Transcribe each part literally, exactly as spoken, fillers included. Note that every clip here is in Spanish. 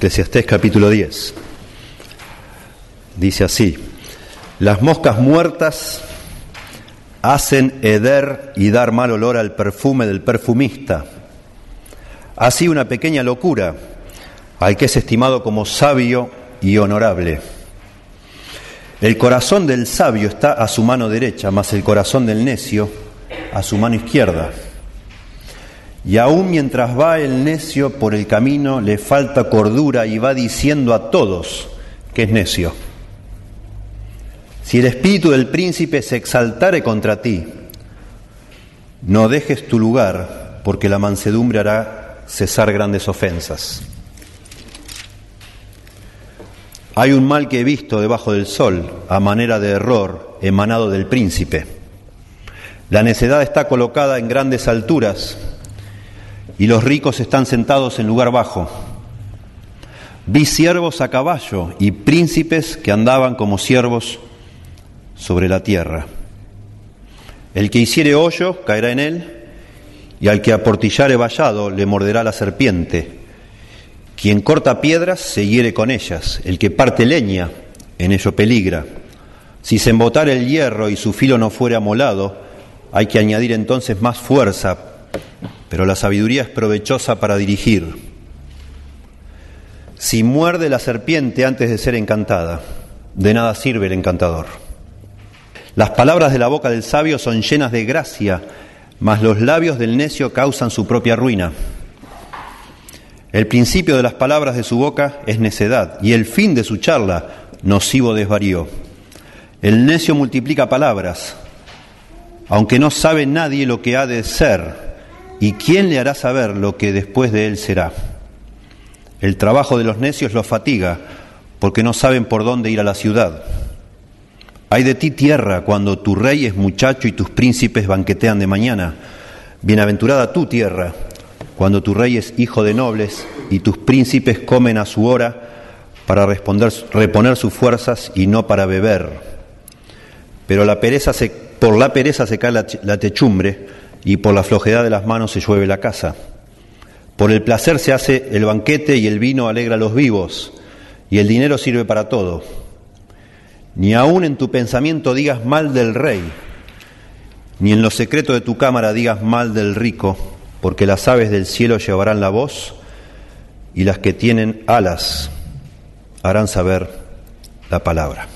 Eclesiastés capítulo diez. Dice así: las moscas muertas hacen heder y dar mal olor al perfume del perfumista. Así una pequeña locura al que es estimado como sabio y honorable. El corazón del sabio está a su mano derecha, mas el corazón del necio a su mano izquierda. Y aún mientras va el necio por el camino, le falta cordura y va diciendo a todos que es necio. Si el espíritu del príncipe se exaltare contra ti, no dejes tu lugar, porque la mansedumbre hará cesar grandes ofensas. Hay un mal que he visto debajo del sol, a manera de error emanado del príncipe. La necedad está colocada en grandes alturas, y los ricos están sentados en lugar bajo. Vi siervos a caballo y príncipes que andaban como siervos sobre la tierra. El que hiciere hoyo caerá en él, y al que aportillare vallado le morderá la serpiente. Quien corta piedras se hiere con ellas, el que parte leña en ello peligra. Si se embotare el hierro y su filo no fuere amolado, hay que añadir entonces más fuerza, pero la sabiduría es provechosa para dirigir. Si muerde la serpiente antes de ser encantada, de nada sirve el encantador. Las palabras de la boca del sabio son llenas de gracia, mas los labios del necio causan su propia ruina. El principio de las palabras de su boca es necedad, y el fin de su charla, nocivo desvarío. El necio multiplica palabras, aunque no sabe nadie lo que ha de ser, ¿y quién le hará saber lo que después de él será? El trabajo de los necios los fatiga, porque no saben por dónde ir a la ciudad. Ay de ti, tierra, cuando tu rey es muchacho y tus príncipes banquetean de mañana. Bienaventurada tu tierra, cuando tu rey es hijo de nobles y tus príncipes comen a su hora para responder, reponer sus fuerzas y no para beber. Pero la pereza se, por la pereza se cae la, la techumbre, y por la flojedad de las manos se llueve la casa. Por el placer se hace el banquete y el vino alegra a los vivos, y el dinero sirve para todo. Ni aun en tu pensamiento digas mal del rey, ni en lo secreto de tu cámara digas mal del rico, porque las aves del cielo llevarán la voz, y las que tienen alas harán saber la palabra.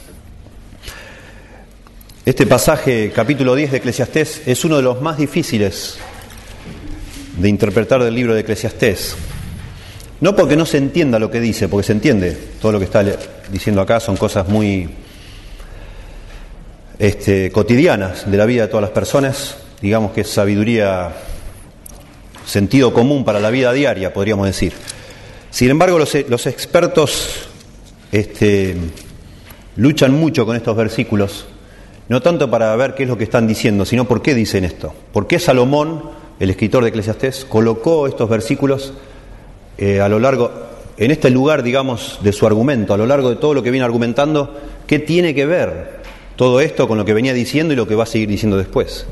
Este pasaje, capítulo diez de Eclesiastés, es uno de los más difíciles de interpretar del libro de Eclesiastés. No porque no se entienda lo que dice, porque se entiende. Todo lo que está diciendo acá son cosas muy este, cotidianas de la vida de todas las personas. Digamos que es sabiduría, sentido común para la vida diaria, podríamos decir. Sin embargo, los, los expertos este, luchan mucho con estos versículos. No tanto para ver qué es lo que están diciendo, sino por qué dicen esto. ¿Por qué Salomón, el escritor de Eclesiastés, colocó estos versículos eh, a lo largo, en este lugar, digamos, de su argumento, a lo largo de todo lo que viene argumentando? ¿Qué tiene que ver todo esto con lo que venía diciendo y lo que va a seguir diciendo después?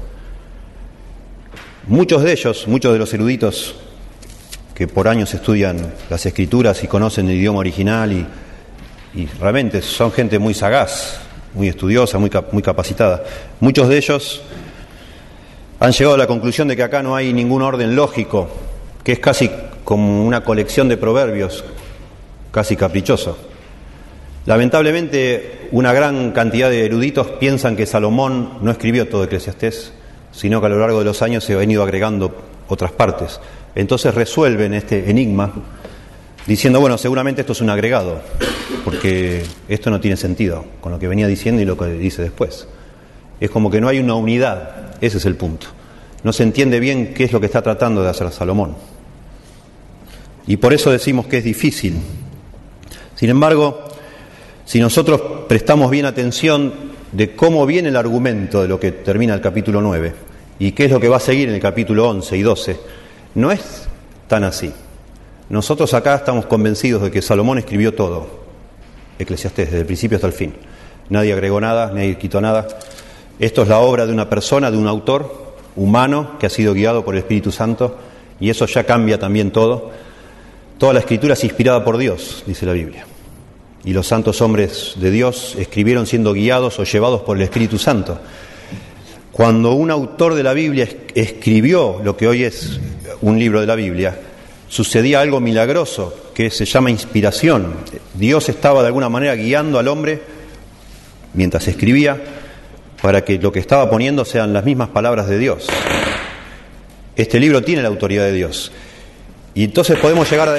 Muchos de ellos, muchos de los eruditos que por años estudian las escrituras y conocen el idioma original y, y realmente son gente muy sagaz, muy estudiosa, muy, cap- muy capacitada. Muchos de ellos han llegado a la conclusión de que acá no hay ningún orden lógico, que es casi como una colección de proverbios, casi caprichoso. Lamentablemente, una gran cantidad de eruditos piensan que Salomón no escribió todo Eclesiastés, sino que a lo largo de los años se han ido agregando otras partes. Entonces resuelven este enigma diciendo, bueno, seguramente esto es un agregado, porque esto no tiene sentido con lo que venía diciendo y lo que dice después. Es como que no hay una unidad, ese es el punto. No se entiende bien qué es lo que está tratando de hacer Salomón. Y por eso decimos que es difícil. Sin embargo, si nosotros prestamos bien atención de cómo viene el argumento de lo que termina el capítulo nueve y qué es lo que va a seguir en el capítulo once y doce, no es tan así. Nosotros acá estamos convencidos de que Salomón escribió todo, Eclesiastés, desde el principio hasta el fin. Nadie agregó nada, nadie quitó nada. Esto es la obra de una persona, de un autor humano que ha sido guiado por el Espíritu Santo, y eso ya cambia también todo. Toda la escritura es inspirada por Dios, dice la Biblia. Y los santos hombres de Dios escribieron siendo guiados o llevados por el Espíritu Santo. Cuando un autor de la Biblia escribió lo que hoy es un libro de la Biblia, sucedía algo milagroso que se llama inspiración. Dios estaba de alguna manera guiando al hombre mientras escribía para que lo que estaba poniendo sean las mismas palabras de Dios. Este libro tiene la autoridad de Dios. Y entonces podemos llegar a...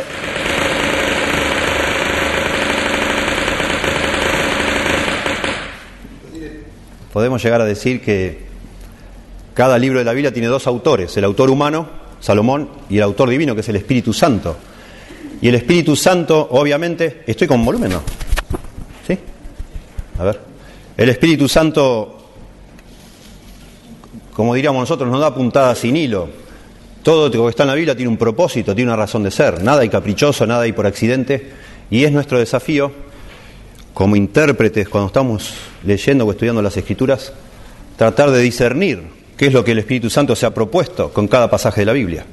Podemos llegar a decir que cada libro de la Biblia tiene dos autores, el autor humano, Salomón, y el autor divino, que es el Espíritu Santo. Y el Espíritu Santo, obviamente... ¿Estoy con volumen, no? ¿Sí? A ver. El Espíritu Santo, como diríamos nosotros, nos da puntadas sin hilo. Todo lo que está en la Biblia tiene un propósito, tiene una razón de ser. Nada hay caprichoso, nada hay por accidente. Y es nuestro desafío, como intérpretes, cuando estamos leyendo o estudiando las Escrituras, tratar de discernir qué es lo que el Espíritu Santo se ha propuesto con cada pasaje de la Biblia.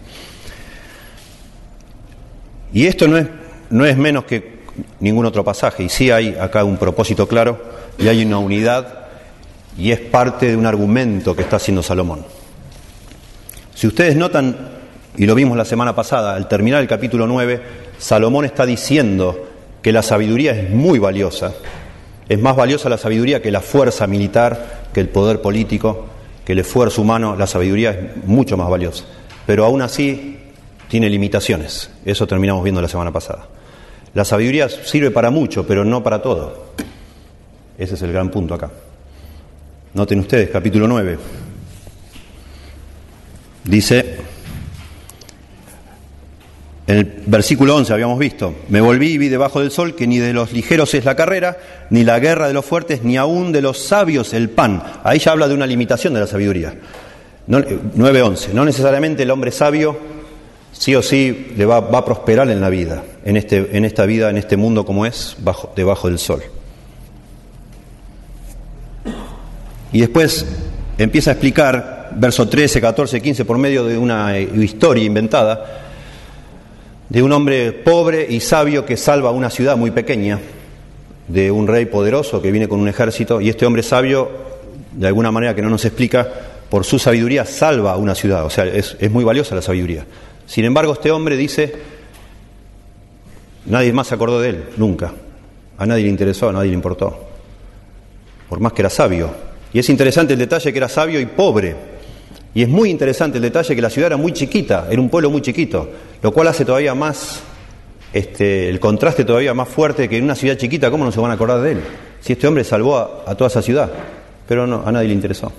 Y esto no es, no es menos que ningún otro pasaje. Y sí hay acá un propósito claro, y hay una unidad, y es parte de un argumento que está haciendo Salomón. Si ustedes notan, y lo vimos la semana pasada, al terminar el capítulo nueve, Salomón está diciendo que la sabiduría es muy valiosa. Es más valiosa la sabiduría que la fuerza militar, que el poder político, que el esfuerzo humano. La sabiduría es mucho más valiosa. Pero aún así tiene limitaciones. Eso terminamos viendo la semana pasada. La sabiduría sirve para mucho, pero no para todo. Ese es el gran punto acá. Noten ustedes, capítulo nueve. Dice, en el versículo once habíamos visto: me volví y vi debajo del sol que ni de los ligeros es la carrera, ni la guerra de los fuertes, ni aún de los sabios el pan. Ahí ya habla de una limitación de la sabiduría. No, nueve once. No necesariamente el hombre sabio sí o sí le va, va a prosperar en la vida, en, este, en esta vida, en este mundo como es, bajo, debajo del sol. Y después empieza a explicar, verso trece, catorce, quince, por medio de una historia inventada, de un hombre pobre y sabio que salva una ciudad muy pequeña, de un rey poderoso que viene con un ejército, y este hombre sabio, de alguna manera que no nos explica, por su sabiduría salva una ciudad. O sea, es, es muy valiosa la sabiduría. Sin embargo, este hombre dice, nadie más se acordó de él, nunca. A nadie le interesó, a nadie le importó, por más que era sabio. Y es interesante el detalle que era sabio y pobre. Y es muy interesante el detalle que la ciudad era muy chiquita, era un pueblo muy chiquito, lo cual hace todavía más, este, el contraste todavía más fuerte, que en una ciudad chiquita, ¿cómo no se van a acordar de él? Si este hombre salvó a, a toda esa ciudad, pero no, a nadie le interesó.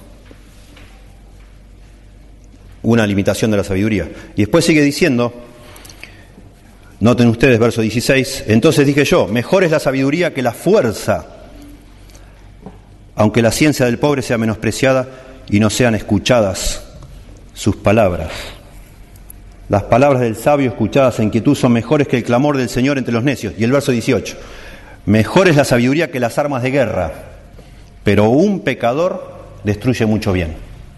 Una limitación de la sabiduría. Y después sigue diciendo, noten ustedes, verso dieciséis, entonces dije yo, mejor es la sabiduría que la fuerza, aunque la ciencia del pobre sea menospreciada y no sean escuchadas sus palabras. Las palabras del sabio escuchadas en quietud son mejores que el clamor del Señor entre los necios. Y el verso dieciocho, mejor es la sabiduría que las armas de guerra, pero un pecador destruye mucho bien.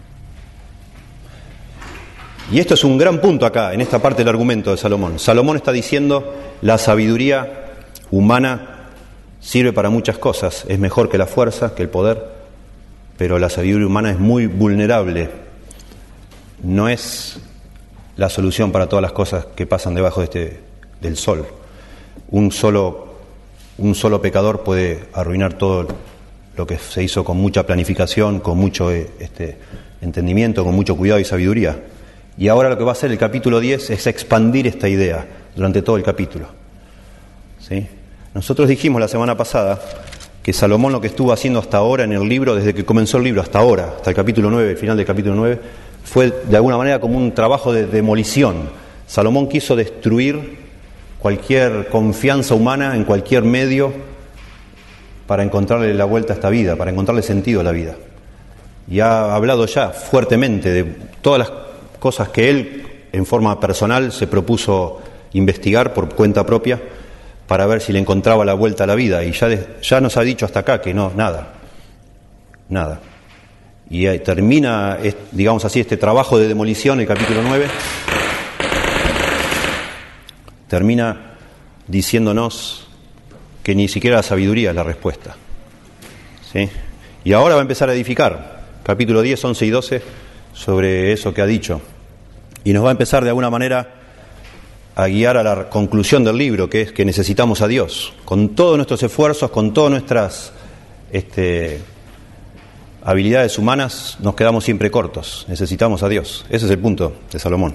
Y esto es un gran punto acá, en esta parte del argumento de Salomón. Salomón está diciendo, la sabiduría humana sirve para muchas cosas, es mejor que la fuerza, que el poder, pero la sabiduría humana es muy vulnerable. No es la solución para todas las cosas que pasan debajo de este, del sol. Un solo, un solo pecador puede arruinar todo lo que se hizo con mucha planificación, con mucho este, entendimiento, con mucho cuidado y sabiduría. Y ahora lo que va a hacer el capítulo diez es expandir esta idea durante todo el capítulo. ¿Sí? Nosotros dijimos la semana pasada que Salomón lo que estuvo haciendo hasta ahora en el libro, desde que comenzó el libro hasta ahora, hasta el capítulo nueve, el final del capítulo nueve, fue de alguna manera como un trabajo de demolición. Salomón quiso destruir cualquier confianza humana en cualquier medio para encontrarle la vuelta a esta vida, para encontrarle sentido a la vida. Y ha hablado ya fuertemente de todas las cosas que él, en forma personal, se propuso investigar por cuenta propia para ver si le encontraba la vuelta a la vida. Y ya, de, ya nos ha dicho hasta acá que no, nada, nada. Y eh, termina, digamos así, este trabajo de demolición, el capítulo nueve, termina diciéndonos que ni siquiera la sabiduría es la respuesta. ¿Sí? Y ahora va a empezar a edificar, capítulo diez, once y doce, sobre eso que ha dicho. Y nos va a empezar de alguna manera a guiar a la conclusión del libro, que es que necesitamos a Dios. Con todos nuestros esfuerzos, con todas nuestras este, habilidades humanas, nos quedamos siempre cortos. Necesitamos a Dios. Ese es el punto de Salomón.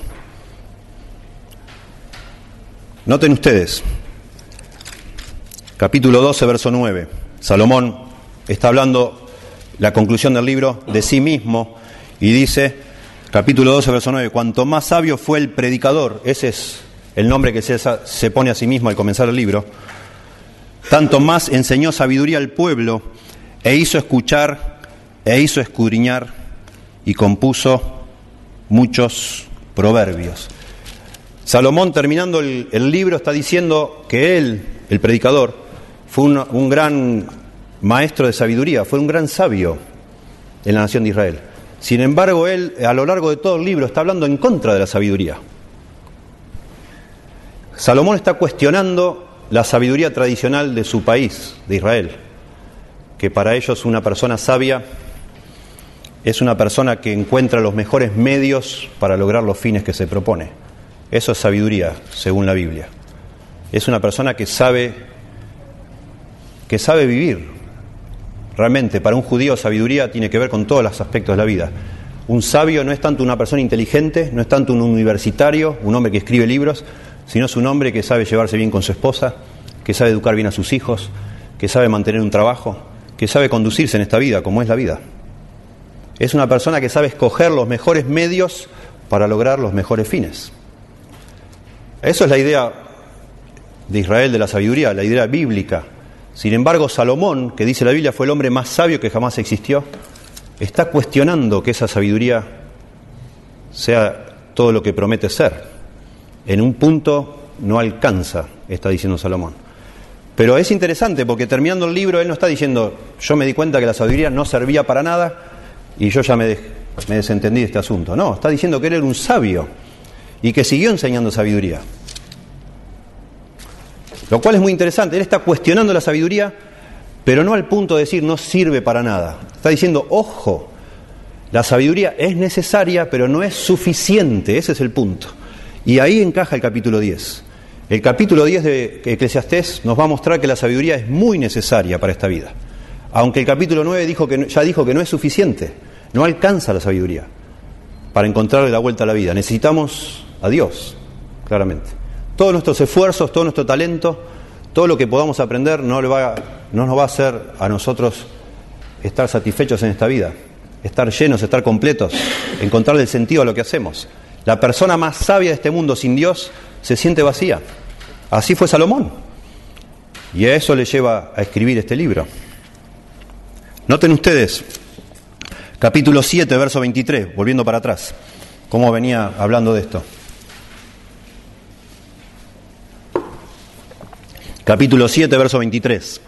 Noten ustedes, capítulo doce, verso nueve. Salomón está hablando, la conclusión del libro, de sí mismo, y dice, capítulo doce, verso nueve, cuanto más sabio fue el predicador, ese es el nombre que se, se pone a sí mismo al comenzar el libro, tanto más enseñó sabiduría al pueblo, e hizo escuchar, e hizo escudriñar, y compuso muchos proverbios. Salomón, terminando el, el libro, está diciendo que él, el predicador, fue un, un gran maestro de sabiduría, fue un gran sabio en la nación de Israel. Sin embargo, él, a lo largo de todo el libro, está hablando en contra de la sabiduría. Salomón está cuestionando la sabiduría tradicional de su país, de Israel, que para ellos una persona sabia es una persona que encuentra los mejores medios para lograr los fines que se propone. Eso es sabiduría, según la Biblia. Es una persona que sabe, que sabe vivir. Realmente, para un judío, sabiduría tiene que ver con todos los aspectos de la vida. Un sabio no es tanto una persona inteligente, no es tanto un universitario, un hombre que escribe libros, sino es un hombre que sabe llevarse bien con su esposa, que sabe educar bien a sus hijos, que sabe mantener un trabajo, que sabe conducirse en esta vida, como es la vida. Es una persona que sabe escoger los mejores medios para lograr los mejores fines. Eso es la idea de Israel de la sabiduría, la idea bíblica. Sin embargo, Salomón, que dice la Biblia fue el hombre más sabio que jamás existió, está cuestionando que esa sabiduría sea todo lo que promete ser. En un punto no alcanza, está diciendo Salomón. Pero es interesante porque terminando el libro él no está diciendo yo me di cuenta que la sabiduría no servía para nada y yo ya me, de, me desentendí de este asunto. No, está diciendo que él era un sabio y que siguió enseñando sabiduría. Lo cual es muy interesante. Él está cuestionando la sabiduría, pero no al punto de decir no sirve para nada. Está diciendo, ojo, la sabiduría es necesaria, pero no es suficiente. Ese es el punto. Y ahí encaja el capítulo diez. El capítulo diez de Eclesiastés nos va a mostrar que la sabiduría es muy necesaria para esta vida. Aunque el capítulo nueve dijo que, ya dijo que no es suficiente, no alcanza la sabiduría para encontrarle la vuelta a la vida. Necesitamos a Dios, claramente. Todos nuestros esfuerzos, todo nuestro talento, todo lo que podamos aprender no, le va, no nos va a hacer a nosotros estar satisfechos en esta vida, estar llenos, estar completos, encontrarle el sentido a lo que hacemos. La persona más sabia de este mundo sin Dios se siente vacía. Así fue Salomón. Y a eso le lleva a escribir este libro. Noten ustedes, capítulo siete, verso veintitrés, volviendo para atrás, cómo venía hablando de esto. Capítulo siete, verso veintitrés.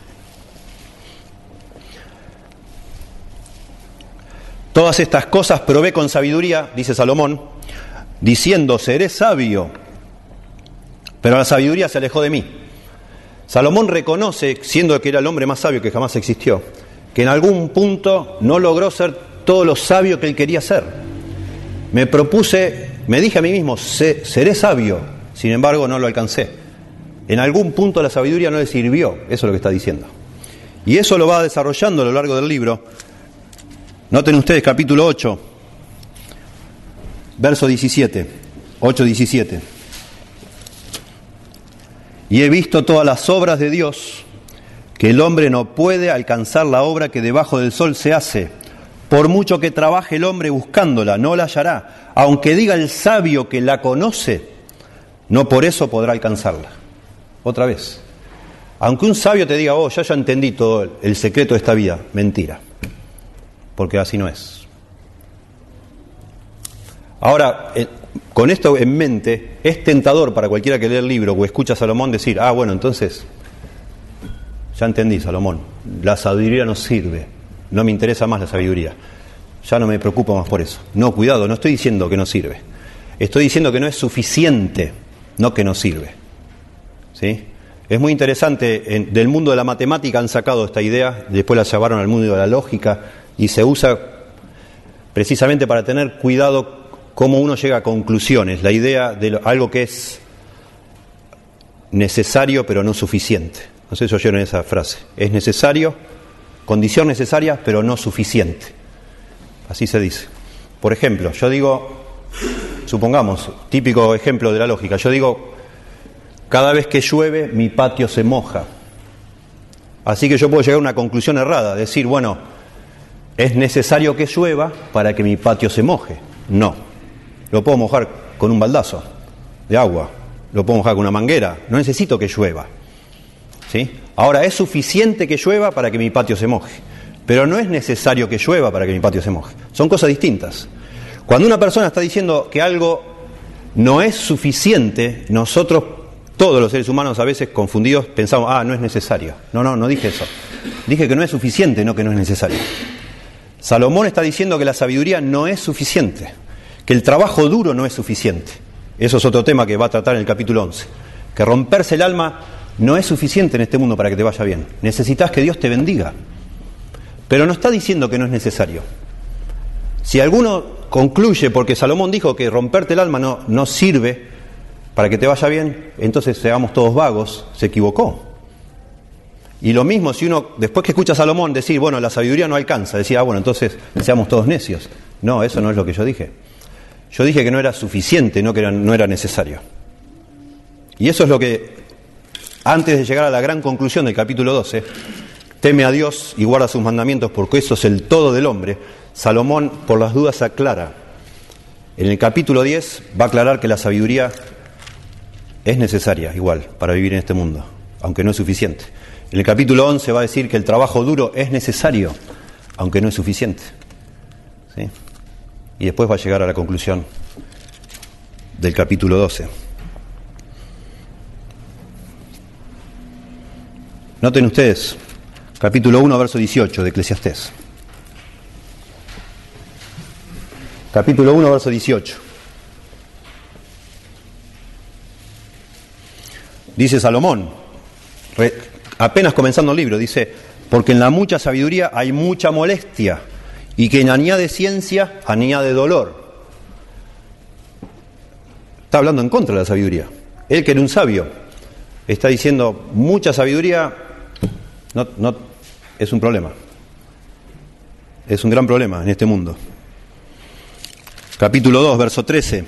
Todas estas cosas probé con sabiduría, dice Salomón, diciendo, seré sabio, pero la sabiduría se alejó de mí. Salomón reconoce, siendo que era el hombre más sabio que jamás existió, que en algún punto no logró ser todo lo sabio que él quería ser. Me propuse, me dije a mí mismo, seré sabio, sin embargo no lo alcancé. En algún punto la sabiduría no le sirvió, eso es lo que está diciendo. Y eso lo va desarrollando a lo largo del libro. Noten ustedes capítulo ocho, verso diecisiete, ocho diecisiete. Y he visto todas las obras de Dios, que el hombre no puede alcanzar la obra que debajo del sol se hace. Por mucho que trabaje el hombre buscándola, no la hallará. Aunque diga el sabio que la conoce, no por eso podrá alcanzarla. Otra vez. Aunque un sabio te diga, oh, ya ya entendí todo el secreto de esta vida, mentira. Porque así no es. Ahora, eh, con esto en mente, es tentador para cualquiera que lee el libro o escucha a Salomón decir, ah, bueno, entonces, ya entendí, Salomón, la sabiduría no sirve, no me interesa más la sabiduría, ya no me preocupo más por eso. No, cuidado, no estoy diciendo que no sirve, estoy diciendo que no es suficiente, no que no sirve. ¿sí? Es muy interesante, en, del mundo de la matemática han sacado esta idea, después la llevaron al mundo de la lógica y se usa precisamente para tener cuidado cómo uno llega a conclusiones, la idea de lo, algo que es necesario pero no suficiente. No sé si oyeron esa frase. Es necesario, condición necesaria pero no suficiente. Así se dice. Por ejemplo, yo digo, supongamos, típico ejemplo de la lógica, yo digo, cada vez que llueve mi patio se moja. Así que yo puedo llegar a una conclusión errada, decir, bueno, es necesario que llueva para que mi patio se moje. No, lo puedo mojar con un baldazo de agua, lo puedo mojar con una manguera, no necesito que llueva. ¿Sí? Ahora, es suficiente que llueva para que mi patio se moje, pero no es necesario que llueva para que mi patio se moje. Son cosas distintas. Cuando una persona está diciendo que algo no es suficiente, nosotros, todos los seres humanos a veces confundidos, pensamos, ah, no es necesario. No, no, no dije eso. Dije que no es suficiente, no que no es necesario. Salomón está diciendo que la sabiduría no es suficiente, que el trabajo duro no es suficiente. Eso es otro tema que va a tratar en el capítulo once. Que romperse el alma no es suficiente en este mundo para que te vaya bien. Necesitas que Dios te bendiga. Pero no está diciendo que no es necesario. Si alguno concluye, porque Salomón dijo que romperte el alma no, no sirve para que te vaya bien, entonces seamos todos vagos, se equivocó. Y lo mismo si uno, después que escucha a Salomón decir, bueno, la sabiduría no alcanza, decía, ah, bueno, entonces seamos todos necios. No, eso no es lo que yo dije. Yo dije que no era suficiente, no que era, no era necesario. Y eso es lo que, antes de llegar a la gran conclusión del capítulo doce, teme a Dios y guarda sus mandamientos porque eso es el todo del hombre, Salomón por las dudas aclara. En el capítulo diez va a aclarar que la sabiduría es necesaria igual para vivir en este mundo, aunque no es suficiente. En el capítulo once va a decir que el trabajo duro es necesario, aunque no es suficiente. ¿Sí? Y después va a llegar a la conclusión del capítulo doce. Noten ustedes, capítulo uno, verso dieciocho de Eclesiastés. Capítulo uno, verso dieciocho. Dice Salomón, re, apenas comenzando el libro, dice, porque en la mucha sabiduría hay mucha molestia, y quien añade ciencia, añade dolor. Está hablando en contra de la sabiduría. Él que era un sabio, está diciendo, mucha sabiduría no, no, es un problema. Es un gran problema en este mundo. Capítulo dos, verso trece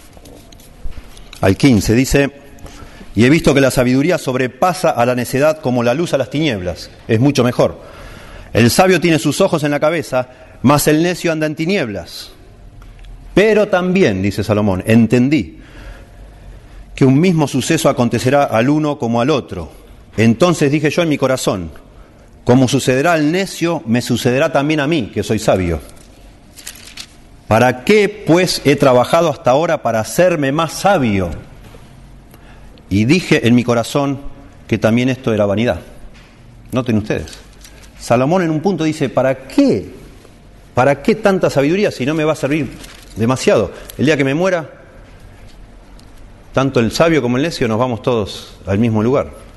al quince, dice, y he visto que la sabiduría sobrepasa a la necedad como la luz a las tinieblas. Es mucho mejor. El sabio tiene sus ojos en la cabeza, mas el necio anda en tinieblas. Pero también, dice Salomón, entendí que un mismo suceso acontecerá al uno como al otro. Entonces dije yo en mi corazón, como sucederá al necio, me sucederá también a mí, que soy sabio. ¿Para qué, pues, he trabajado hasta ahora para hacerme más sabio? Y dije en mi corazón que también esto era vanidad. Noten ustedes. Salomón en un punto dice, ¿para qué? ¿Para qué tanta sabiduría si no me va a servir demasiado? El día que me muera, tanto el sabio como el necio nos vamos todos al mismo lugar.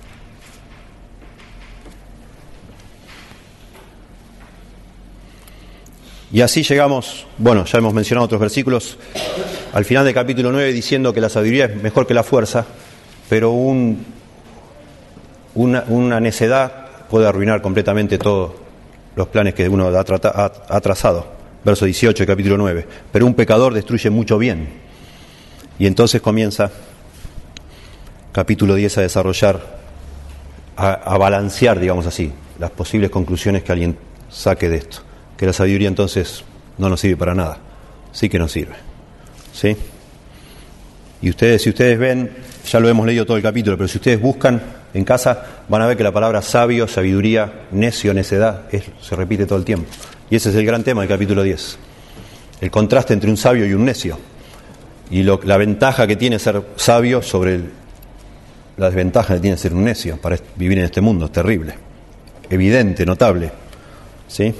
Y así llegamos, bueno, ya hemos mencionado otros versículos, al final del capítulo nueve diciendo que la sabiduría es mejor que la fuerza, pero un, una, una necedad puede arruinar completamente todos los planes que uno ha, trata, ha, ha trazado. Verso dieciocho del capítulo nueve. Pero un pecador destruye mucho bien. Y entonces comienza capítulo diez a desarrollar, a, a balancear, digamos así, las posibles conclusiones que alguien saque de esto. Que la sabiduría entonces no nos sirve para nada. Sí que nos sirve. ¿Sí? Y ustedes, si ustedes ven, ya lo hemos leído todo el capítulo, pero si ustedes buscan en casa, van a ver que la palabra sabio, sabiduría, necio, necedad, es, se repite todo el tiempo. Y ese es el gran tema del capítulo diez. El contraste entre un sabio y un necio. Y lo, la ventaja que tiene ser sabio sobre el, la desventaja que tiene ser un necio para vivir en este mundo. Es terrible. Evidente, notable. ¿Sí?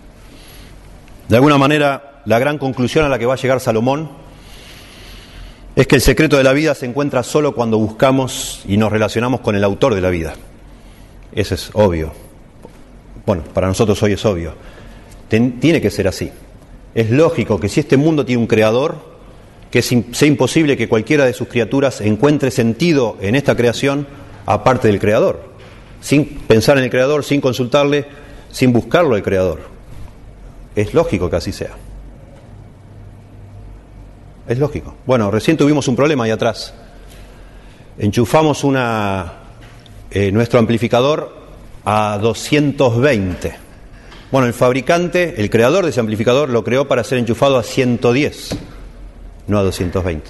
De alguna manera, la gran conclusión a la que va a llegar Salomón es que el secreto de la vida se encuentra solo cuando buscamos y nos relacionamos con el autor de la vida. Eso es obvio. Bueno, para nosotros hoy es obvio. Ten, tiene que ser así. Es lógico que si este mundo tiene un creador, que es, sea imposible que cualquiera de sus criaturas encuentre sentido en esta creación aparte del creador. Sin pensar en el creador, sin consultarle, sin buscarlo el creador. Es lógico que así sea. Es lógico. Bueno, recién tuvimos un problema ahí atrás. Enchufamos una, eh, nuestro amplificador a doscientos veinte. Bueno, el fabricante, el creador de ese amplificador, lo creó para ser enchufado a ciento diez, no a doscientos veinte.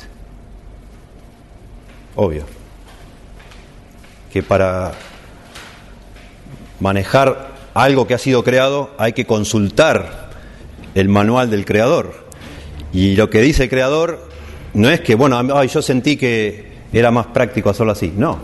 Obvio. Que para manejar algo que ha sido creado hay que consultar el manual del creador. Y lo que dice el creador no es que, bueno, ay, yo sentí que era más práctico hacerlo así. No.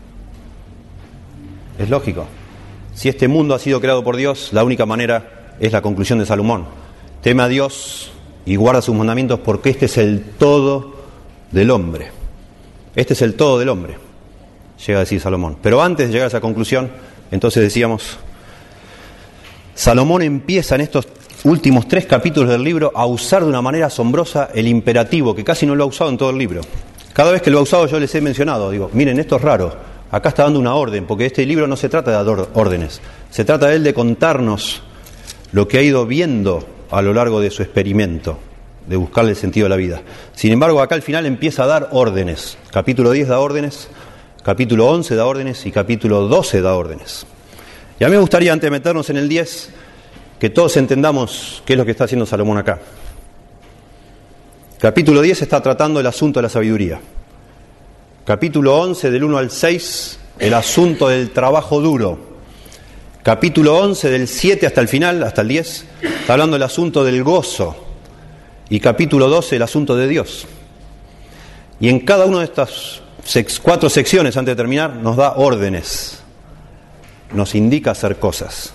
Es lógico. Si este mundo ha sido creado por Dios, la única manera es la conclusión de Salomón. Teme a Dios y guarda sus mandamientos porque este es el todo del hombre. Este es el todo del hombre, llega a decir Salomón. Pero antes de llegar a esa conclusión, entonces decíamos, Salomón empieza en estos últimos tres capítulos del libro a usar de una manera asombrosa el imperativo, que casi no lo ha usado en todo el libro. Cada vez que lo ha usado yo les he mencionado, digo, miren, esto es raro, acá está dando una orden, porque este libro no se trata de dar órdenes, se trata de él de contarnos lo que ha ido viendo a lo largo de su experimento, de buscarle el sentido de la vida. Sin embargo, acá al final empieza a dar órdenes. Capítulo diez da órdenes, capítulo once da órdenes y capítulo doce da órdenes. Y a mí me gustaría, antes de meternos en el diez, que todos entendamos qué es lo que está haciendo Salomón acá. Capítulo diez está tratando el asunto de la sabiduría. Capítulo once, del uno al seis, el asunto del trabajo duro. Capítulo once, del siete hasta el final, hasta el diez, está hablando del asunto del gozo. Y capítulo doce, el asunto de Dios. Y en cada una de estas sex, cuatro secciones, antes de terminar, nos da órdenes. Nos indica hacer cosas.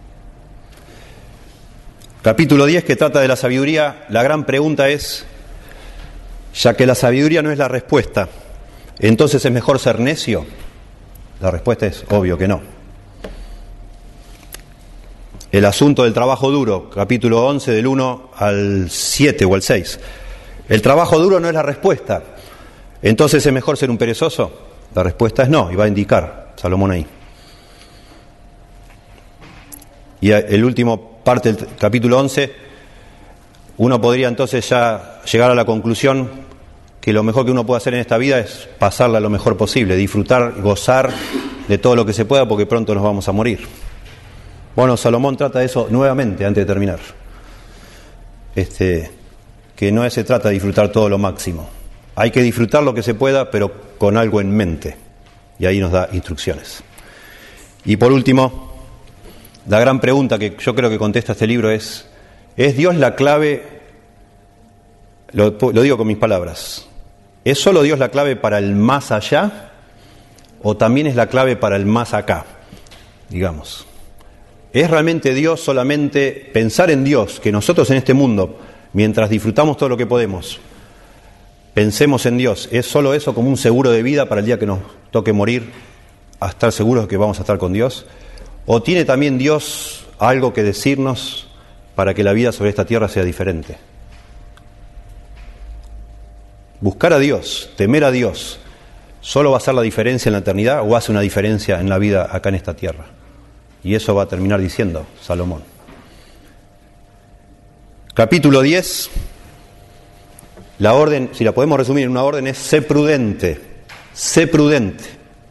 Capítulo diez, que trata de la sabiduría, la gran pregunta es, ya que la sabiduría no es la respuesta, ¿entonces es mejor ser necio? La respuesta es obvio que no. El asunto del trabajo duro, capítulo once, del uno al siete o al seis. El trabajo duro no es la respuesta, ¿entonces es mejor ser un perezoso? La respuesta es no, y va a indicar Salomón ahí. Y el último parte del capítulo once, uno podría entonces ya llegar a la conclusión que lo mejor que uno puede hacer en esta vida es pasarla lo mejor posible, disfrutar, gozar de todo lo que se pueda porque pronto nos vamos a morir. Bueno, Salomón trata de eso nuevamente antes de terminar. Este, que no se trata de disfrutar todo lo máximo. Hay que disfrutar lo que se pueda, pero con algo en mente. Y ahí nos da instrucciones. Y por último, la gran pregunta que yo creo que contesta este libro es, ¿es Dios la clave? Lo, lo digo con mis palabras. ¿Es solo Dios la clave para el más allá o también es la clave para el más acá? Digamos. ¿Es realmente Dios solamente pensar en Dios, que nosotros en este mundo, mientras disfrutamos todo lo que podemos, pensemos en Dios? ¿Es solo eso como un seguro de vida para el día que nos toque morir, a estar seguros de que vamos a estar con Dios? ¿O tiene también Dios algo que decirnos para que la vida sobre esta tierra sea diferente? Buscar a Dios, temer a Dios, ¿solo va a hacer la diferencia en la eternidad o hace una diferencia en la vida acá en esta tierra? Y eso va a terminar diciendo Salomón. Capítulo diez, la orden, si la podemos resumir en una orden, es sé prudente, sé prudente.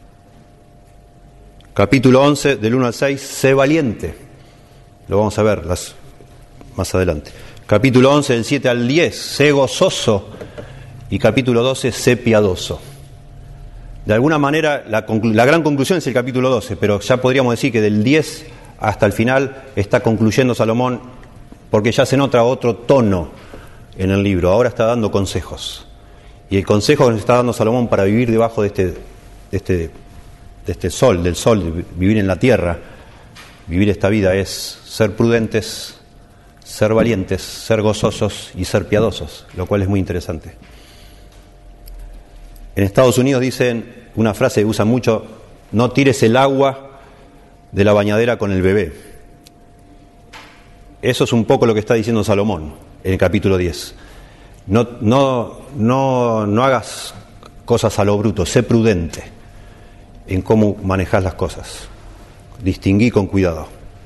Capítulo once, del uno al seis, sé valiente. Lo vamos a ver las, más adelante. Capítulo once, del siete al diez, sé gozoso. Y capítulo doce, sé piadoso. De alguna manera, la, conclu- la gran conclusión es el capítulo doce, pero ya podríamos decir que del diez hasta el final está concluyendo Salomón, porque ya se nota otro tono en el libro. Ahora está dando consejos. Y el consejo que nos está dando Salomón para vivir debajo de este... De este de este sol, del sol, de vivir en la tierra, vivir esta vida es ser prudentes, ser valientes, ser gozosos y ser piadosos, lo cual es muy interesante. En Estados Unidos dicen una frase que usan mucho: no tires el agua de la bañadera con el bebé. Eso es un poco lo que está diciendo Salomón en el capítulo diez. No, no, no, no hagas cosas a lo bruto, sé prudente en cómo manejas las cosas. Distinguí con cuidado.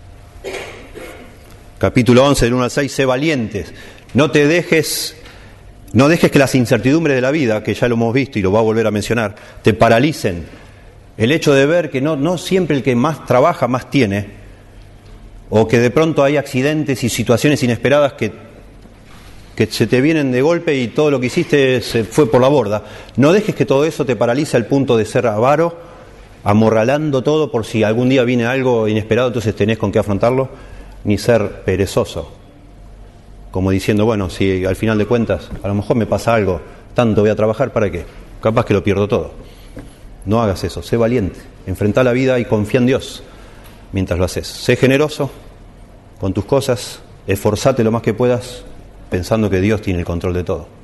Capítulo once, del uno al seis, sé valientes. No te dejes, no dejes que las incertidumbres de la vida, que ya lo hemos visto y lo va a volver a mencionar, te paralicen. El hecho de ver que no, no siempre el que más trabaja, más tiene, o que de pronto hay accidentes y situaciones inesperadas que, que se te vienen de golpe y todo lo que hiciste se fue por la borda. No dejes que todo eso te paralice al punto de ser avaro, amorralando todo por si algún día viene algo inesperado, entonces tenés con qué afrontarlo. Ni ser perezoso, como diciendo, bueno, si al final de cuentas a lo mejor me pasa algo, tanto voy a trabajar, ¿para qué? Capaz que lo pierdo todo. No hagas eso, sé valiente, enfrentá la vida y confía en Dios mientras lo haces. Sé generoso con tus cosas, esforzate lo más que puedas, pensando que Dios tiene el control de todo.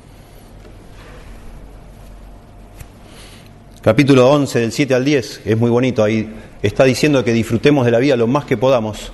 Capítulo once, del siete al diez, es muy bonito, ahí está diciendo que disfrutemos de la vida lo más que podamos,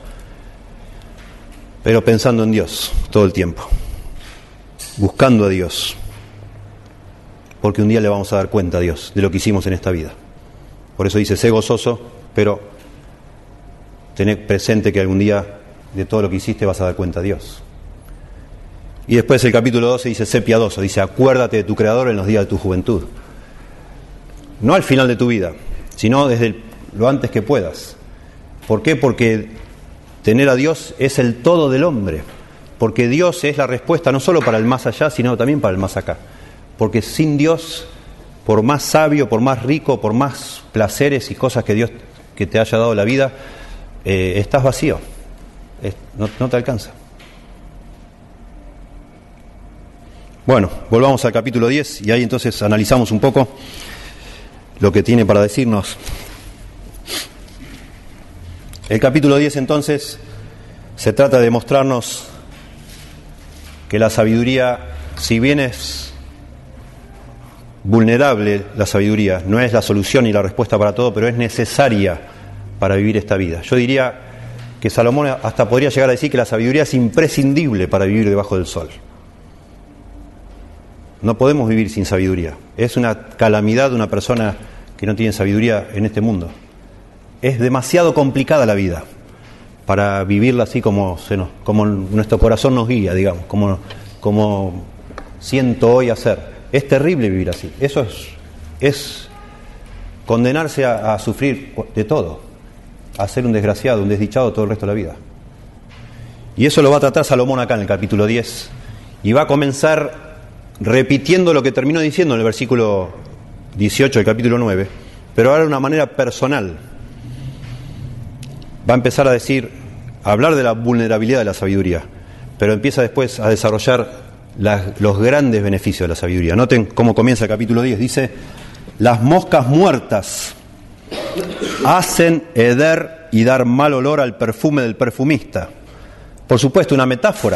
pero pensando en Dios todo el tiempo, buscando a Dios, porque un día le vamos a dar cuenta a Dios de lo que hicimos en esta vida. Por eso dice, sé gozoso, pero tened presente que algún día de todo lo que hiciste vas a dar cuenta a Dios. Y después el capítulo doce dice, sé piadoso, dice, acuérdate de tu Creador en los días de tu juventud. No al final de tu vida, sino desde el, lo antes que puedas. ¿Por qué? Porque tener a Dios es el todo del hombre, porque Dios es la respuesta no solo para el más allá, sino también para el más acá. Porque sin Dios, por más sabio, por más rico, por más placeres y cosas que Dios que te haya dado la vida, eh, estás vacío, es, no, no te alcanza. Bueno, volvamos al capítulo diez y ahí entonces analizamos un poco lo que tiene para decirnos. El capítulo diez entonces se trata de mostrarnos que la sabiduría, si bien es vulnerable la sabiduría, no es la solución y la respuesta para todo, pero es necesaria para vivir esta vida. Yo diría que Salomón hasta podría llegar a decir que la sabiduría es imprescindible para vivir debajo del sol. No podemos vivir sin sabiduría. Es una calamidad una persona que no tiene sabiduría en este mundo. Es demasiado complicada la vida para vivirla así como, se nos, como nuestro corazón nos guía, digamos, como, como siento hoy hacer. Es terrible vivir así. Eso es, es condenarse a, a sufrir de todo, a ser un desgraciado, un desdichado todo el resto de la vida. Y eso lo va a tratar Salomón acá en el capítulo diez. Y va a comenzar repitiendo lo que terminó diciendo en el versículo dieciocho del capítulo nueve, pero ahora de una manera personal. Va a empezar a decir, a hablar de la vulnerabilidad de la sabiduría, pero empieza después a desarrollar las, los grandes beneficios de la sabiduría. Noten cómo comienza el capítulo diez. Dice, las moscas muertas hacen heder y dar mal olor al perfume del perfumista. Por supuesto, una metáfora.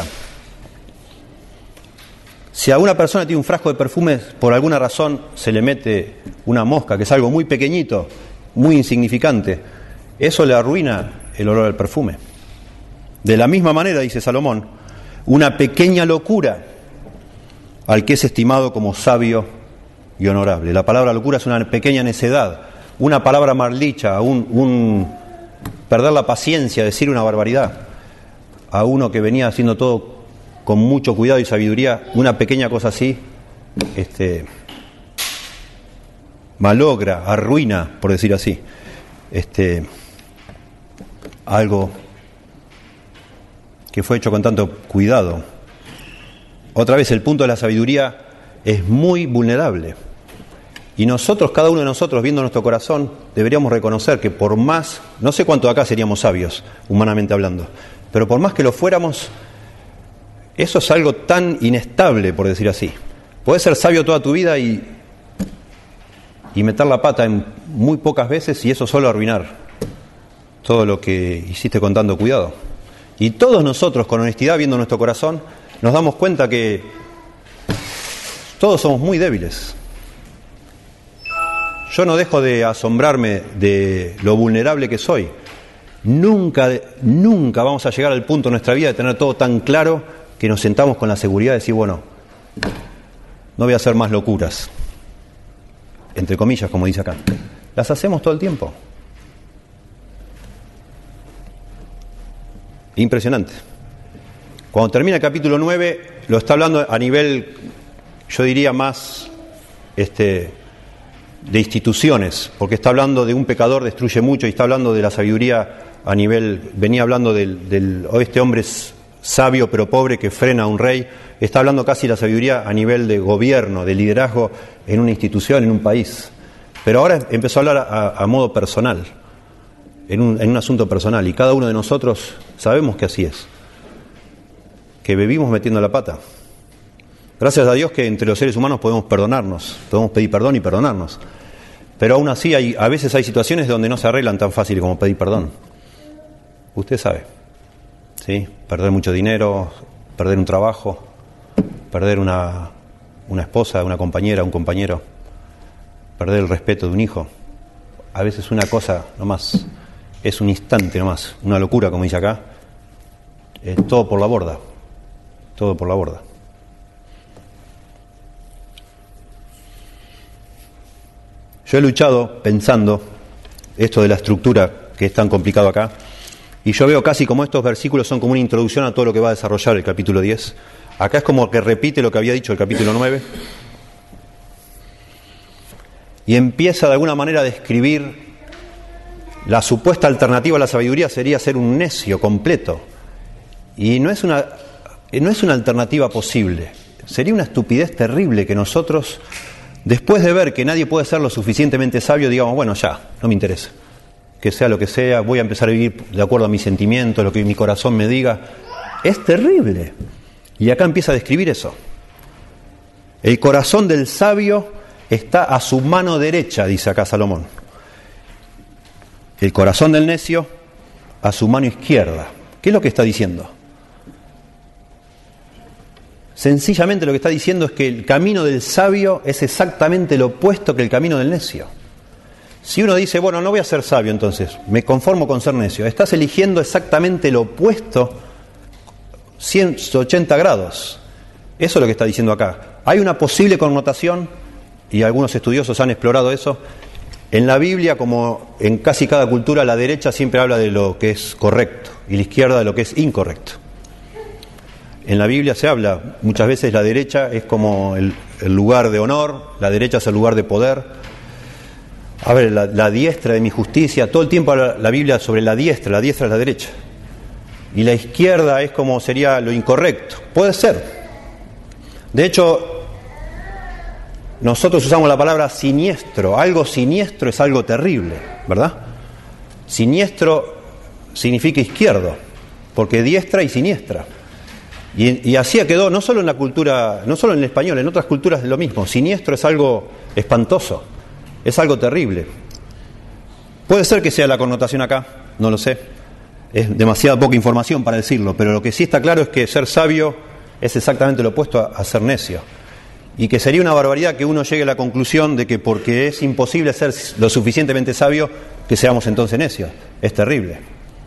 Si a una persona tiene un frasco de perfumes, por alguna razón se le mete una mosca, que es algo muy pequeñito, muy insignificante, eso le arruina el olor al perfume. De la misma manera, dice Salomón, una pequeña locura al que es estimado como sabio y honorable. La palabra locura es una pequeña necedad, una palabra maldicha, un, un perder la paciencia, decir una barbaridad. A uno que venía haciendo todo con mucho cuidado y sabiduría, una pequeña cosa así, este, malogra, arruina, por decir así, este, algo que fue hecho con tanto cuidado. Otra vez, el punto de la sabiduría es muy vulnerable. Y nosotros, cada uno de nosotros, viendo nuestro corazón, deberíamos reconocer que por más, no sé cuánto de acá seríamos sabios, humanamente hablando, pero por más que lo fuéramos, eso es algo tan inestable, por decir así. Puedes ser sabio toda tu vida y, y meter la pata en muy pocas veces y eso solo arruinar todo lo que hiciste con tanto cuidado. Y todos nosotros, con honestidad, viendo nuestro corazón, nos damos cuenta que todos somos muy débiles. yo no dejo de asombrarme de lo vulnerable que soy. Nunca, nunca vamos a llegar al punto en nuestra vida de tener todo tan claro que nos sentamos con la seguridad de decir, bueno, no voy a hacer más locuras, entre comillas, como dice acá. Las hacemos todo el tiempo. Impresionante. Cuando termina el capítulo nueve, lo está hablando a nivel, yo diría, más este, de instituciones, porque está hablando de un pecador destruye mucho y está hablando de la sabiduría a nivel, venía hablando del, del este hombre sabio pero pobre que frena a un rey, está hablando casi de la sabiduría a nivel de gobierno, de liderazgo en una institución, en un país. Pero ahora empezó a hablar a, a modo personal, en un, en un asunto personal, y cada uno de nosotros sabemos que así es, que vivimos metiendo la pata. Gracias a Dios que entre los seres humanos podemos perdonarnos, podemos pedir perdón y perdonarnos. Pero aún así hay, a veces hay situaciones donde no se arreglan tan fácil como pedir perdón. Usted sabe, ¿sí? Perder mucho dinero, perder un trabajo, perder una, una esposa, una compañera, un compañero, perder el respeto de un hijo. A veces una cosa nomás, es un instante nomás, una locura como dice acá, eh, todo por la borda, todo por la borda. Yo he luchado pensando esto de la estructura que es tan complicado acá, y yo veo casi como estos versículos son como una introducción a todo lo que va a desarrollar el capítulo diez. Acá es como que repite lo que había dicho el capítulo nueve, y empieza de alguna manera a describir la supuesta alternativa a la sabiduría sería ser un necio completo, y no es una, no es una alternativa posible. Sería una estupidez terrible que nosotros, después de ver que nadie puede ser lo suficientemente sabio, digamos, bueno, ya, no me interesa. Que sea lo que sea, voy a empezar a vivir de acuerdo a mis sentimientos, lo que mi corazón me diga. Es terrible. Y acá empieza a describir eso. El corazón del sabio está a su mano derecha, dice acá Salomón. El corazón del necio a su mano izquierda. ¿Qué es lo que está diciendo? Sencillamente lo que está diciendo es que el camino del sabio es exactamente lo opuesto que el camino del necio. Si uno dice, bueno, no voy a ser sabio entonces, me conformo con ser necio, estás eligiendo exactamente lo opuesto, ciento ochenta grados. Eso es lo que está diciendo acá. Hay una posible connotación, y algunos estudiosos han explorado eso. En la Biblia, como en casi cada cultura, la derecha siempre habla de lo que es correcto y la izquierda de lo que es incorrecto. En la Biblia se habla, muchas veces la derecha es como el, el lugar de honor, la derecha es el lugar de poder. A ver, la, la diestra de mi justicia, todo el tiempo habla la Biblia sobre la diestra, la diestra es la derecha. Y la izquierda es como sería lo incorrecto. Puede ser. De hecho, nosotros usamos la palabra siniestro. Algo siniestro es algo terrible, ¿verdad? Siniestro significa izquierdo, porque diestra y siniestra. Y, y así quedó, no solo en la cultura, no solo en el español, en otras culturas es lo mismo. Siniestro es algo espantoso, es algo terrible. Puede ser que sea la connotación acá, no lo sé. Es demasiada poca información para decirlo, pero lo que sí está claro es que ser sabio es exactamente lo opuesto a, a ser necio. Y que sería una barbaridad que uno llegue a la conclusión de que porque es imposible ser lo suficientemente sabio, que seamos entonces necios. Es terrible.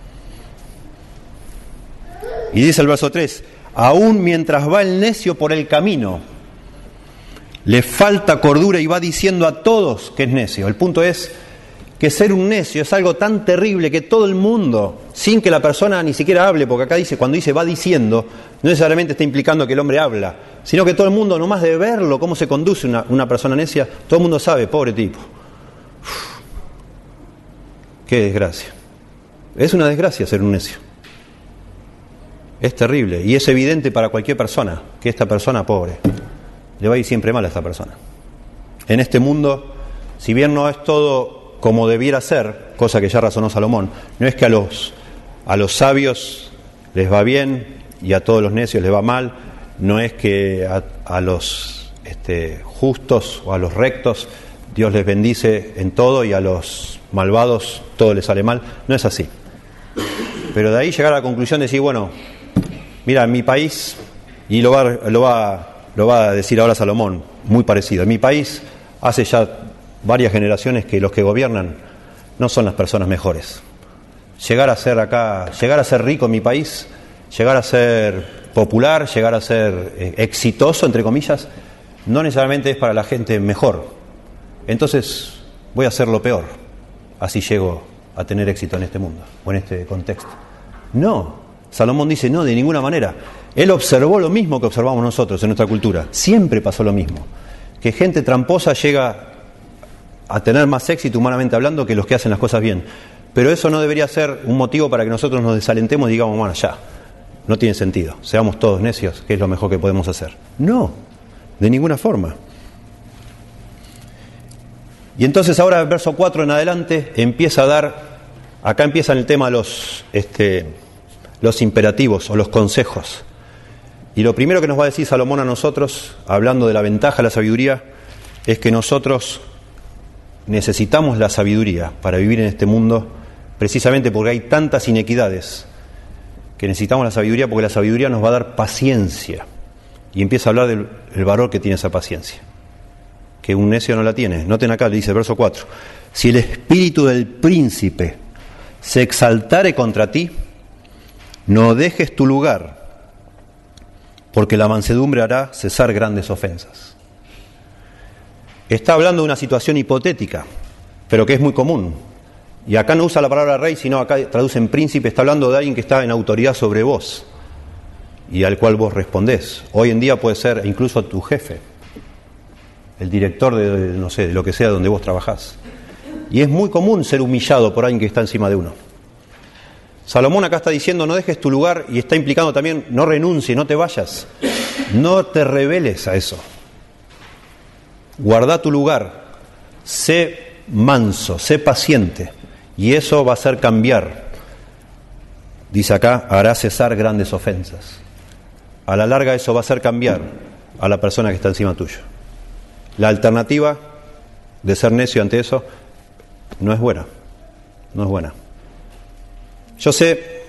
Y dice el verso tres, aún mientras va el necio por el camino, le falta cordura y va diciendo a todos que es necio. El punto es que ser un necio es algo tan terrible que todo el mundo, sin que la persona ni siquiera hable, porque acá dice, cuando dice va diciendo, no necesariamente está implicando que el hombre habla, sino que todo el mundo, nomás de verlo, cómo se conduce una, una persona necia, todo el mundo sabe, pobre tipo. Uf, qué desgracia. Es una desgracia ser un necio. Es terrible y es evidente para cualquier persona que esta persona pobre le va a ir siempre mal a esta persona. En este mundo, si bien no es todo como debiera ser, cosa que ya razonó Salomón, no es que a los, a los sabios les va bien y a todos los necios les va mal, no es que a, a los este, justos o a los rectos Dios les bendice en todo y a los malvados todo les sale mal, no es así. Pero de ahí llegar a la conclusión de decir, bueno, mira, en mi país, y lo va, lo va, lo va a decir ahora Salomón, muy parecido, en mi país hace ya varias generaciones que los que gobiernan no son las personas mejores. Llegar a ser acá, llegar a ser rico en mi país, llegar a ser popular, llegar a ser eh, exitoso, entre comillas, no necesariamente es para la gente mejor. Entonces voy a hacer lo peor, así llego a tener éxito en este mundo o en este contexto. No, Salomón dice no, de ninguna manera. Él observó lo mismo que observamos nosotros en nuestra cultura. Siempre pasó lo mismo, que gente tramposa llega a tener más éxito humanamente hablando que los que hacen las cosas bien. Pero eso no debería ser un motivo para que nosotros nos desalentemos y digamos, bueno, ya, no tiene sentido, seamos todos necios, que es lo mejor que podemos hacer. No, de ninguna forma. Y entonces ahora el verso cuatro en adelante empieza a dar, acá empiezan el tema los, este, los imperativos o los consejos. Y lo primero que nos va a decir Salomón a nosotros, hablando de la ventaja de la sabiduría, es que nosotros necesitamos la sabiduría para vivir en este mundo, precisamente porque hay tantas inequidades, que necesitamos la sabiduría porque la sabiduría nos va a dar paciencia. Y empieza a hablar del el valor que tiene esa paciencia, que un necio no la tiene. Noten acá, le dice el verso cuatro, si el espíritu del príncipe se exaltare contra ti, no dejes tu lugar, porque la mansedumbre hará cesar grandes ofensas. Está hablando de una situación hipotética, pero que es muy común. Y acá no usa la palabra rey, sino acá traduce en príncipe. Está hablando de alguien que está en autoridad sobre vos y al cual vos respondés. Hoy en día puede ser incluso tu jefe, el director de, no sé, de lo que sea donde vos trabajás. Y es muy común ser humillado por alguien que está encima de uno. Salomón acá está diciendo, no dejes tu lugar, y está implicando también, no renuncies, no te vayas, no te rebeles a eso. Guarda tu lugar, sé manso, sé paciente, y eso va a hacer cambiar. Dice acá, hará cesar grandes ofensas. A la larga eso va a hacer cambiar a la persona que está encima tuyo. La alternativa de ser necio ante eso no es buena, no es buena. Yo sé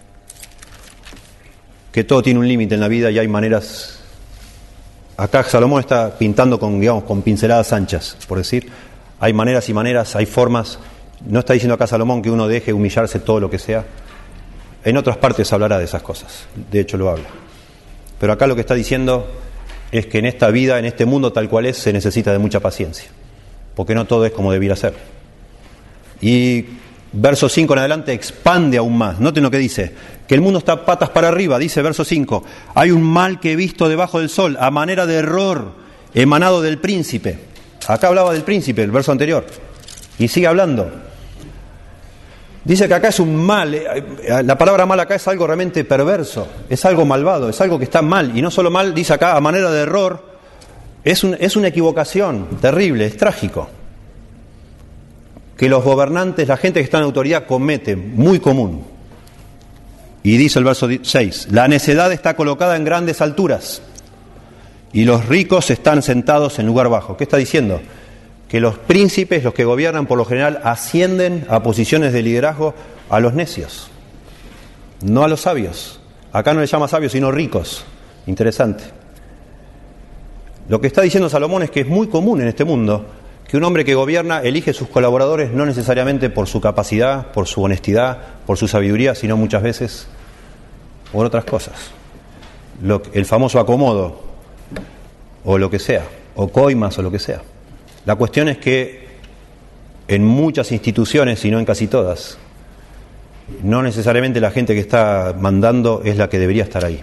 que todo tiene un límite en la vida y hay maneras. Acá Salomón está pintando con, digamos, con pinceladas anchas, por decir. Hay maneras y maneras, hay formas. No está diciendo acá Salomón que uno deje humillarse todo lo que sea. En otras partes hablará de esas cosas, de hecho lo habla. Pero acá lo que está diciendo es que en esta vida, en este mundo tal cual es, se necesita de mucha paciencia, porque no todo es como debiera ser. Y verso cinco en adelante expande aún más. Noten lo que dice, que el mundo está patas para arriba. Dice verso cinco, hay un mal que he visto debajo del sol, a manera de error emanado del príncipe. Acá hablaba del príncipe, el verso anterior, y sigue hablando. Dice que acá es un mal, la palabra mal acá es algo realmente perverso, es algo malvado, es algo que está mal, y no solo mal, dice acá, a manera de error, es, un, es una equivocación terrible, es trágico, que los gobernantes, la gente que está en autoridad comete, muy común. Y dice el verso seis, la necedad está colocada en grandes alturas, y los ricos están sentados en lugar bajo. ¿Qué está diciendo? Que los príncipes, los que gobiernan por lo general, ascienden a posiciones de liderazgo a los necios, no a los sabios. Acá no le llama sabios, sino ricos. Interesante. Lo que está diciendo Salomón es que es muy común en este mundo que un hombre que gobierna elige sus colaboradores no necesariamente por su capacidad, por su honestidad, por su sabiduría, sino muchas veces por otras cosas. Lo, el famoso acomodo, o lo que sea, o coimas, o lo que sea. La cuestión es que en muchas instituciones, si no en casi todas, no necesariamente la gente que está mandando es la que debería estar ahí.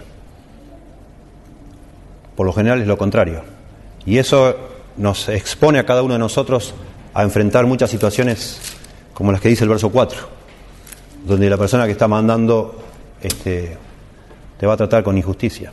Por lo general es lo contrario. Y eso nos expone a cada uno de nosotros a enfrentar muchas situaciones como las que dice el verso cuatro, donde la persona que está mandando este, te va a tratar con injusticia.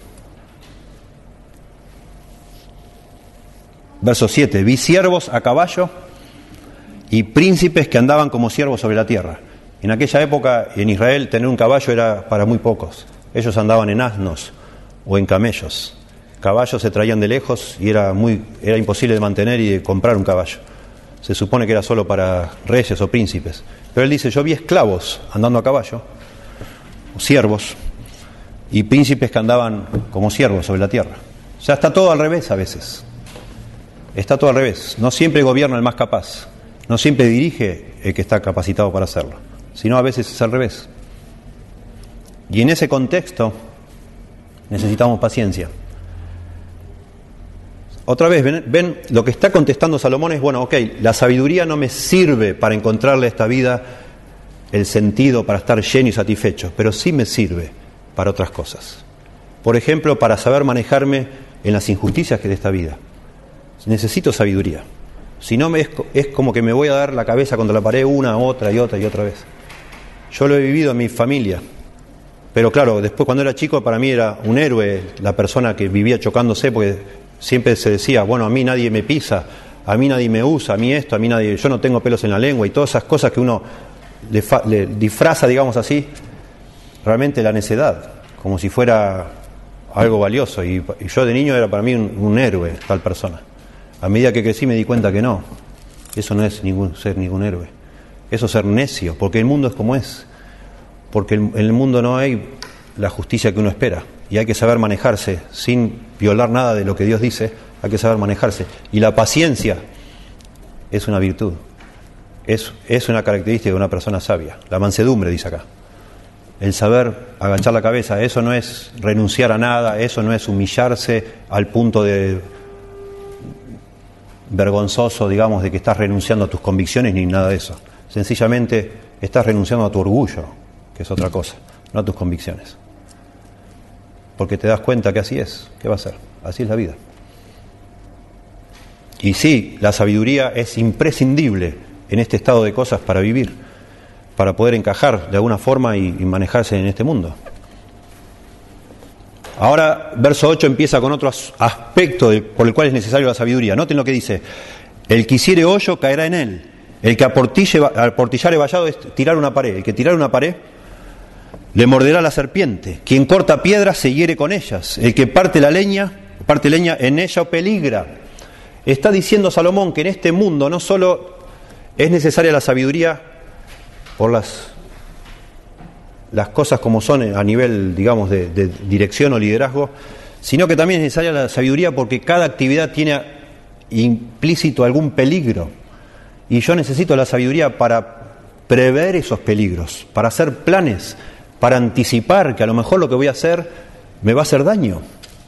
Verso siete, vi siervos a caballo y príncipes que andaban como siervos sobre la tierra. En aquella época, en Israel, tener un caballo era para muy pocos. Ellos andaban en asnos o en camellos. Caballos se traían de lejos y era, muy, era imposible de mantener y de comprar un caballo. Se supone que era solo para reyes o príncipes. Pero él dice, yo vi esclavos andando a caballo, o siervos, y príncipes que andaban como siervos sobre la tierra. O sea, está todo al revés a veces. está todo al revés. No siempre gobierna el más capaz, no siempre dirige el que está capacitado para hacerlo, sino a veces es al revés. Y en ese contexto necesitamos paciencia. Otra vez, ven, ven, lo que está contestando Salomón es, bueno, ok, la sabiduría no me sirve para encontrarle a esta vida el sentido, para estar lleno y satisfecho, pero sí me sirve para otras cosas. Por ejemplo, para saber manejarme en las injusticias que de esta vida. Necesito sabiduría. Si no, me es, es como que me voy a dar la cabeza contra la pared una, otra y otra y otra vez. Yo lo he vivido en mi familia. Pero claro, después cuando era chico para mí era un héroe la persona que vivía chocándose, porque siempre se decía, bueno, a mí nadie me pisa, a mí nadie me usa, a mí esto, a mí nadie, yo no tengo pelos en la lengua, y todas esas cosas que uno le, fa, le disfraza, digamos así, realmente la necedad, como si fuera algo valioso. Y, y yo de niño era para mí un, un héroe, tal persona. A medida que crecí me di cuenta que no, eso no es ningún, ser ningún héroe, eso es ser necio, porque el mundo es como es. Porque en el mundo no hay la justicia que uno espera y hay que saber manejarse sin violar nada de lo que Dios dice, hay que saber manejarse. Y la paciencia es una virtud, es, es una característica de una persona sabia. La mansedumbre, dice acá. El saber agachar la cabeza, eso no es renunciar a nada, eso no es humillarse al punto de vergonzoso, digamos, de que estás renunciando a tus convicciones ni nada de eso. Sencillamente estás renunciando a tu orgullo, que es otra cosa, no a tus convicciones. Porque te das cuenta que así es, ¿qué va a ser? Así es la vida. Y sí, la sabiduría es imprescindible en este estado de cosas para vivir, para poder encajar de alguna forma y, y manejarse en este mundo. Ahora, verso ocho empieza con otro aspecto de, por el cual es necesario la sabiduría. Noten lo que dice: el que hiciere hoyo caerá en él, el que aportille, aportillare vallado es tirar una pared, el que tirar una pared le morderá la serpiente, quien corta piedras se hiere con ellas, el que parte la leña, parte leña en ella peligra. Está diciendo Salomón que en este mundo no solo es necesaria la sabiduría por las, las cosas como son a nivel, digamos, de, de dirección o liderazgo, sino que también es necesaria la sabiduría porque cada actividad tiene implícito algún peligro. Y yo necesito la sabiduría para prever esos peligros, para hacer planes, para anticipar que a lo mejor lo que voy a hacer me va a hacer daño.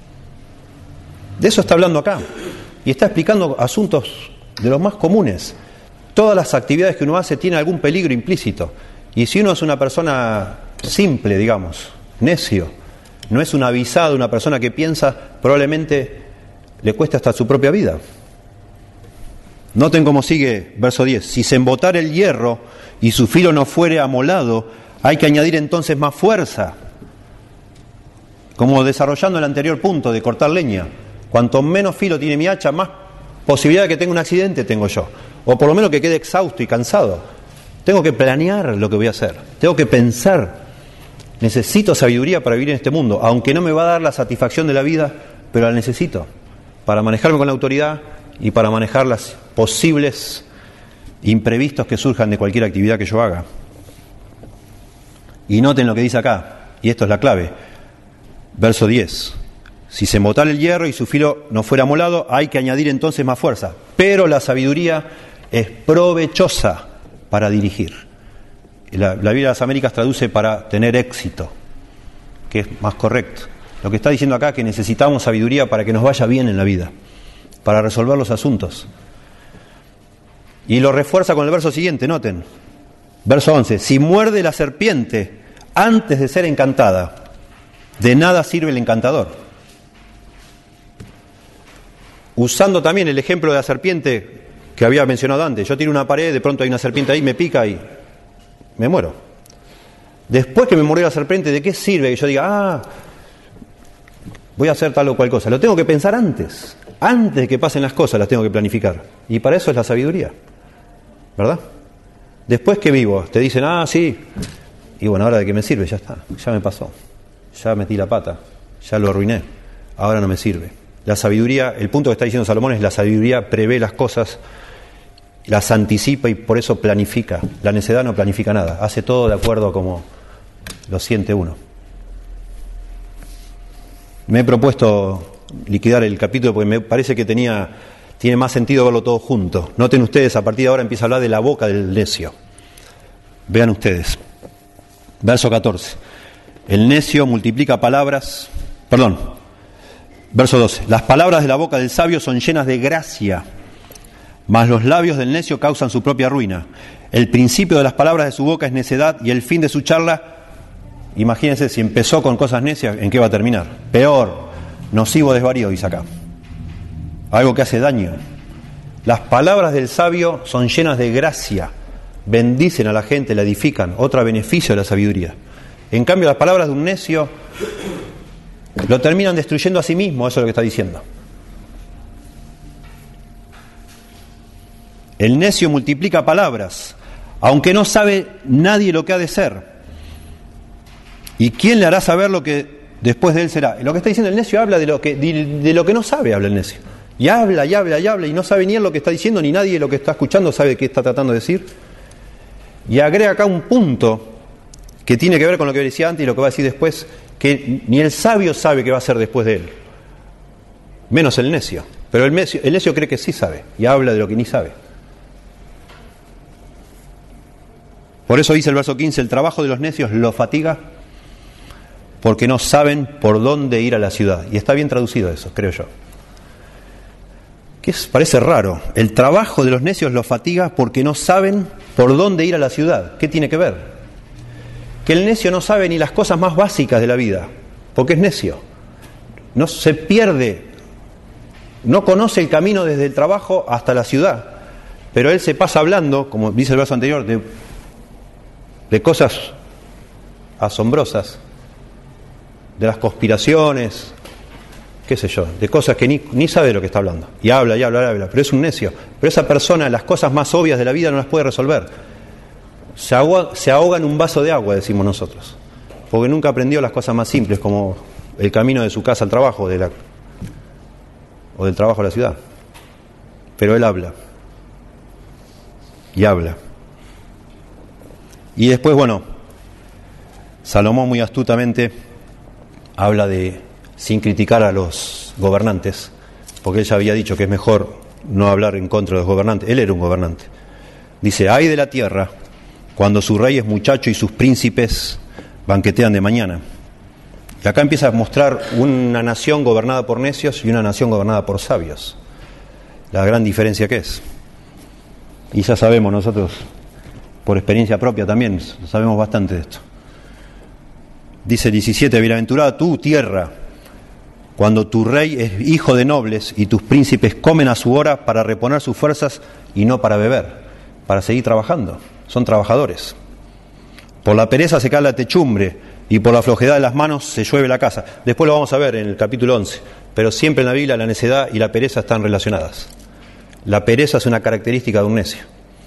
De eso está hablando acá. Y está explicando asuntos de los más comunes. Todas las actividades que uno hace tienen algún peligro implícito. Y si uno es una persona simple, digamos, necio, no es un avisado, una persona que piensa, probablemente le cueste hasta su propia vida. Noten cómo sigue verso diez. Si se embotare el hierro y su filo no fuere amolado, hay que añadir entonces más fuerza. Como desarrollando el anterior punto de cortar leña. Cuanto menos filo tiene mi hacha, más posibilidad de que tenga un accidente tengo yo. O por lo menos que quede exhausto y cansado. Tengo que planear lo que voy a hacer. Tengo que pensar. Necesito sabiduría para vivir en este mundo. Aunque no me va a dar la satisfacción de la vida, pero la necesito. Para manejarme con la autoridad y para manejar los posibles imprevistos que surjan de cualquier actividad que yo haga. Y noten lo que dice acá, y esto es la clave. Verso diez. Si se embotara el hierro y su filo no fuera amolado, hay que añadir entonces más fuerza. Pero la sabiduría es provechosa para dirigir. La, la Biblia de las Américas traduce para tener éxito, que es más correcto. Lo que está diciendo acá es que necesitamos sabiduría para que nos vaya bien en la vida, para resolver los asuntos. Y lo refuerza con el verso siguiente, noten. Verso once. Si muerde la serpiente antes de ser encantada, de nada sirve el encantador. Usando también el ejemplo de la serpiente que había mencionado antes. Yo tiro una pared, de pronto hay una serpiente ahí, me pica y me muero. Después que me murió la serpiente, ¿de qué sirve que yo diga, ah, voy a hacer tal o cual cosa? Lo tengo que pensar antes. Antes de que pasen las cosas las tengo que planificar. Y para eso es la sabiduría. ¿Verdad? Después que vivo, te dicen, ah, sí. Y bueno, ahora de qué me sirve, ya está. Ya me pasó. Ya metí la pata. Ya lo arruiné. Ahora no me sirve. La sabiduría, el punto que está diciendo Salomón es la sabiduría prevé las cosas, las anticipa y por eso planifica. La necedad no planifica nada. Hace todo de acuerdo a como lo siente uno. Me he propuesto liquidar el capítulo porque me parece que tenía tiene más sentido verlo todo junto. Noten ustedes, a partir de ahora empieza a hablar de la boca del necio. Vean ustedes. Verso catorce. El necio multiplica palabras, perdón, verso doce. Las palabras de la boca del sabio son llenas de gracia, mas los labios del necio causan su propia ruina. El principio de las palabras de su boca es necedad y el fin de su charla, imagínense, si empezó con cosas necias, ¿en qué va a terminar? Peor, nocivo desvarío, dice acá. Algo que hace daño. Las palabras del sabio son llenas de gracia, bendicen a la gente, la edifican, otro beneficio de la sabiduría. En cambio, las palabras de un necio lo terminan destruyendo a sí mismo, eso es lo que está diciendo. El necio multiplica palabras, aunque no sabe nadie lo que ha de ser. ¿Y quién le hará saber lo que después de él será? Lo que está diciendo el necio habla de lo que, de, de lo que no sabe, habla el necio. Y habla, y habla, y habla, y no sabe ni él lo que está diciendo, ni nadie lo que está escuchando sabe qué está tratando de decir. Y agrega acá un punto que tiene que ver con lo que decía antes y lo que va a decir después, que ni el sabio sabe qué va a hacer después de él, menos el necio. Pero el necio, el necio cree que sí sabe, y habla de lo que ni sabe. Por eso dice el verso quince, el trabajo de los necios los fatiga porque no saben por dónde ir a la ciudad. Y está bien traducido eso, creo yo. Que es, parece raro. El trabajo de los necios los fatiga porque no saben por dónde ir a la ciudad. ¿Qué tiene que ver? Que el necio no sabe ni las cosas más básicas de la vida, porque es necio. No se pierde, no conoce el camino desde el trabajo hasta la ciudad. Pero él se pasa hablando, como dice el verso anterior, de, de cosas asombrosas, de las conspiraciones, qué sé yo, de cosas que ni, ni sabe de lo que está hablando. Y habla, y habla, y habla, pero es un necio. Pero esa persona, las cosas más obvias de la vida no las puede resolver. Se ahoga, se ahoga en un vaso de agua, decimos nosotros, porque nunca aprendió las cosas más simples, como el camino de su casa al trabajo, de la, o del trabajo a la ciudad. Pero él habla, y habla. Y después, bueno, Salomón muy astutamente habla de, sin criticar a los gobernantes, porque él ya había dicho que es mejor no hablar en contra de los gobernantes. Él era un gobernante. Dice, ay de la tierra cuando su rey es muchacho y sus príncipes banquetean de mañana. Y acá empieza a mostrar una nación gobernada por necios y una nación gobernada por sabios. La gran diferencia que es. Y ya sabemos nosotros, por experiencia propia también, sabemos bastante de esto. Dice diecisiete, bienaventurada tú, tierra, cuando tu rey es hijo de nobles y tus príncipes comen a su hora para reponer sus fuerzas y no para beber, para seguir trabajando. Son trabajadores. Por la pereza se cae la techumbre y por la flojedad de las manos se llueve la casa. Después lo vamos a ver en el capítulo once, pero siempre en la Biblia la necedad y la pereza están relacionadas. La pereza es una característica de un necio.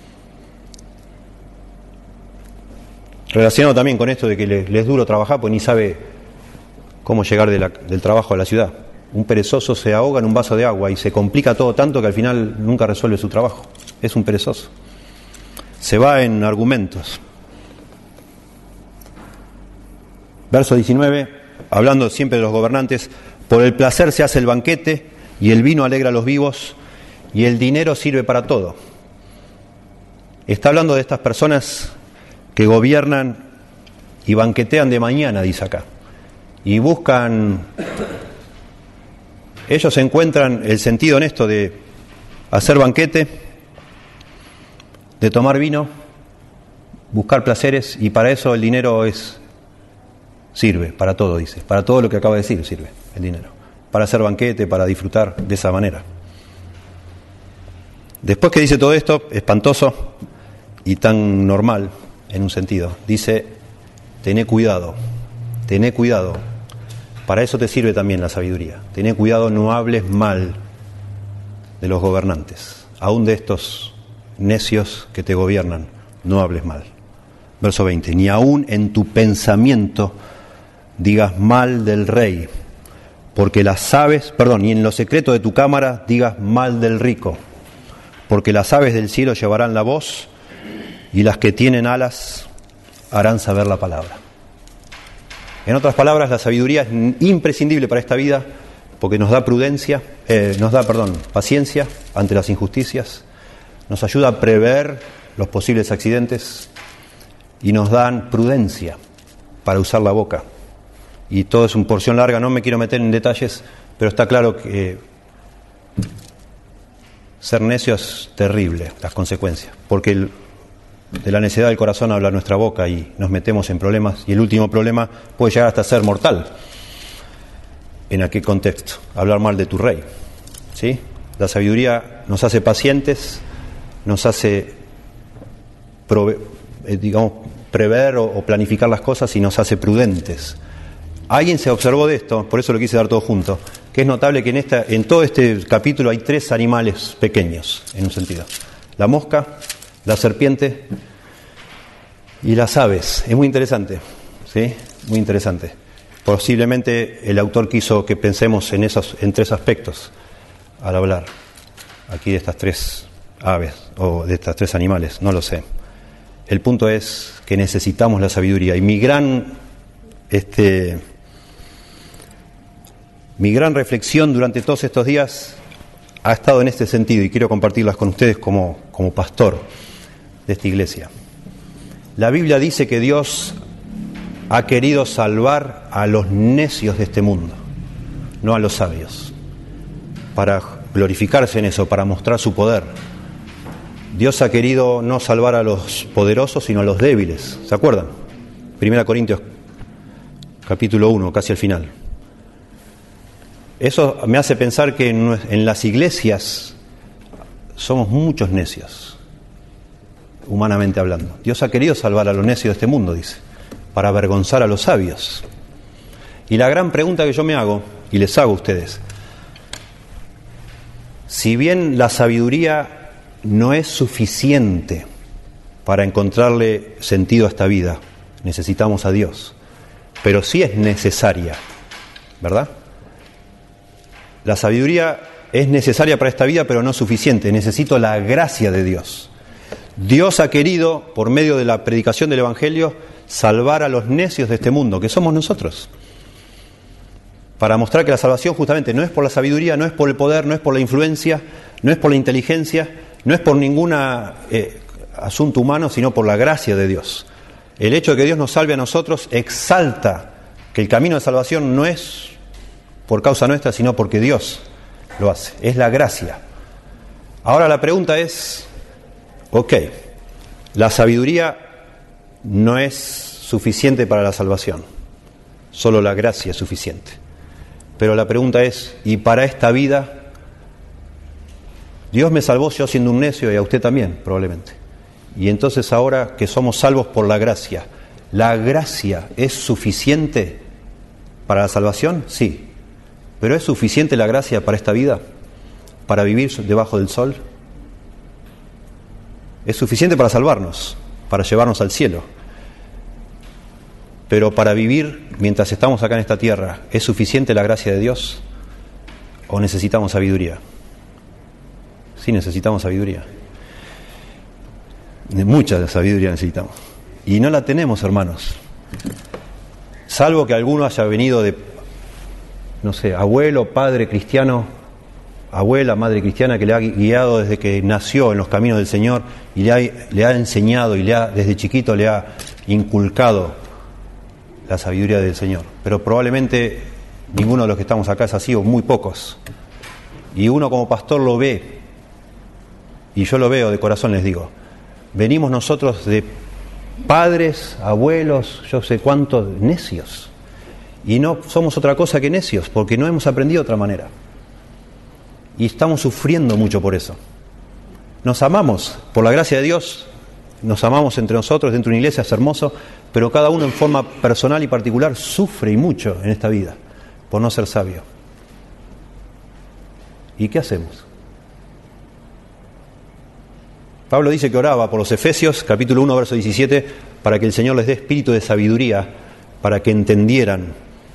Relacionado también con esto de que les, les es duro trabajar, pues ni sabe cómo llegar de la, del trabajo a la ciudad. Un perezoso se ahoga en un vaso de agua y se complica todo tanto que al final nunca resuelve su trabajo. Es un perezoso. Se va en argumentos. Verso diecinueve, hablando siempre de los gobernantes, por el placer se hace el banquete y el vino alegra a los vivos y el dinero sirve para todo. Está hablando de estas personas que gobiernan y banquetean de mañana, dice acá, y buscan, ellos encuentran el sentido en esto de hacer banquete, de tomar vino, buscar placeres, y para eso el dinero es sirve, para todo, dice, para todo lo que acaba de decir sirve el dinero, para hacer banquete, para disfrutar de esa manera. Después que dice todo esto, espantoso y tan normal, en un sentido, dice, tené cuidado, tené cuidado, para eso te sirve también la sabiduría, tené cuidado, no hables mal de los gobernantes, aún de estos necios que te gobiernan, no hables mal. Verso veinte, ni aún en tu pensamiento digas mal del rey, porque las aves, perdón, ni en lo secreto de tu cámara digas mal del rico, porque las aves del cielo llevarán la voz y las que tienen alas harán saber la palabra. En otras palabras, la sabiduría es imprescindible para esta vida, porque nos da prudencia, eh, nos da, perdón, paciencia ante las injusticias, nos ayuda a prever los posibles accidentes y nos dan prudencia para usar la boca. Y todo es una porción larga, no me quiero meter en detalles, pero está claro que ser necio es terrible, las consecuencias, porque el, de la necedad del corazón habla nuestra boca y nos metemos en problemas, y el último problema puede llegar hasta ser mortal. ¿En aquel contexto? Hablar mal de tu rey, ¿sí? La sabiduría nos hace pacientes, nos hace prove, eh, digamos, prever o, o planificar las cosas y nos hace prudentes. Alguien se observó de esto, por eso lo quise dar todo junto, que es notable que en, esta, en todo este capítulo hay tres animales pequeños, en un sentido. La mosca, la serpiente y las aves. Es muy interesante, ¿sí? Muy interesante. Posiblemente el autor quiso que pensemos en esos en tres aspectos al hablar aquí de estas tres aves o de estos tres animales, no lo sé. El punto es que necesitamos la sabiduría, y mi gran este mi gran reflexión durante todos estos días ha estado en este sentido, y quiero compartirlas con ustedes como, como pastor de esta iglesia. La Biblia dice que Dios ha querido salvar a los necios de este mundo, no a los sabios, para glorificarse en eso, para mostrar su poder. Dios ha querido no salvar a los poderosos, sino a los débiles. ¿Se acuerdan? Primera Corintios, capítulo uno, casi al final. Eso me hace pensar que en, en las iglesias somos muchos necios, humanamente hablando. Dios ha querido salvar a los necios de este mundo, dice, para avergonzar a los sabios. Y la gran pregunta que yo me hago, y les hago a ustedes, si bien la sabiduría no es suficiente para encontrarle sentido a esta vida, necesitamos a Dios, pero sí es necesaria, ¿verdad? La sabiduría es necesaria para esta vida, pero no suficiente. Necesito la gracia de Dios. Dios ha querido, por medio de la predicación del Evangelio, salvar a los necios de este mundo, que somos nosotros, para mostrar que la salvación justamente no es por la sabiduría, no es por el poder, no es por la influencia, no es por la inteligencia, no es por ningún eh, asunto humano, sino por la gracia de Dios. El hecho de que Dios nos salve a nosotros exalta que el camino de salvación no es por causa nuestra, sino porque Dios lo hace. Es la gracia. Ahora la pregunta es, ok, la sabiduría no es suficiente para la salvación, solo la gracia es suficiente. Pero la pregunta es, ¿y para esta vida? Dios me salvó yo siendo un necio, y a usted también, probablemente. Y entonces ahora que somos salvos por la gracia, ¿la gracia es suficiente para la salvación? Sí. ¿Pero es suficiente la gracia para esta vida? ¿Para vivir debajo del sol? Es suficiente para salvarnos, para llevarnos al cielo. Pero para vivir mientras estamos acá en esta tierra, ¿es suficiente la gracia de Dios? ¿O necesitamos sabiduría? Sí, necesitamos sabiduría. Mucha sabiduría necesitamos. Y no la tenemos, hermanos. Salvo que alguno haya venido de, no sé, abuelo, padre cristiano, abuela, madre cristiana, que le ha guiado desde que nació en los caminos del Señor y le ha, le ha enseñado y le ha, desde chiquito le ha inculcado la sabiduría del Señor. Pero probablemente ninguno de los que estamos acá es así, o muy pocos. Y uno como pastor lo ve, y yo lo veo de corazón, les digo. Venimos nosotros de padres, abuelos, yo sé cuántos necios. Y no somos otra cosa que necios, porque no hemos aprendido de otra manera. Y estamos sufriendo mucho por eso. Nos amamos, por la gracia de Dios, nos amamos entre nosotros, dentro de una iglesia, es hermoso, pero cada uno en forma personal y particular sufre y mucho en esta vida por no ser sabio. ¿Y qué hacemos? Pablo dice que oraba por los Efesios, capítulo uno, verso diecisiete, para que el Señor les dé espíritu de sabiduría, para que entendieran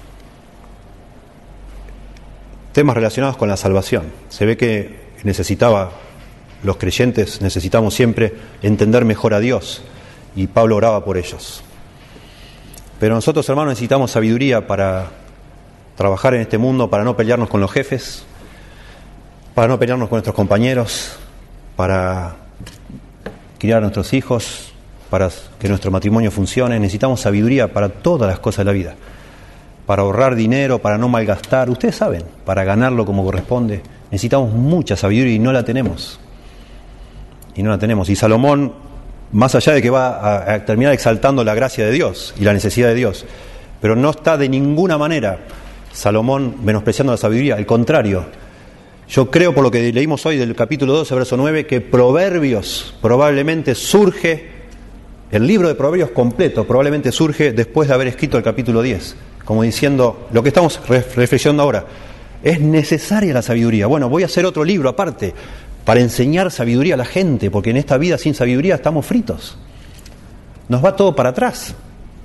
temas relacionados con la salvación. Se ve que necesitaba, los creyentes necesitamos siempre entender mejor a Dios, y Pablo oraba por ellos. Pero nosotros, hermanos, necesitamos sabiduría para trabajar en este mundo para no pelearnos con los jefes, para no pelearnos con nuestros compañeros, para criar a nuestros hijos, para que nuestro matrimonio funcione. Necesitamos sabiduría para todas las cosas de la vida, para ahorrar dinero, para no malgastar, ustedes saben, para ganarlo como corresponde. Necesitamos mucha sabiduría y no la tenemos. Y no la tenemos. Y Salomón, más allá de que va a, a terminar exaltando la gracia de Dios y la necesidad de Dios, pero no está de ninguna manera Salomón menospreciando la sabiduría, al contrario. Yo creo, por lo que leímos hoy del capítulo doce, verso nueve, que Proverbios probablemente surge, el libro de Proverbios completo probablemente surge después de haber escrito el capítulo diez, como diciendo, lo que estamos reflexionando ahora, ¿es necesaria la sabiduría? Bueno, voy a hacer otro libro aparte, para enseñar sabiduría a la gente, porque en esta vida sin sabiduría estamos fritos. Nos va todo para atrás.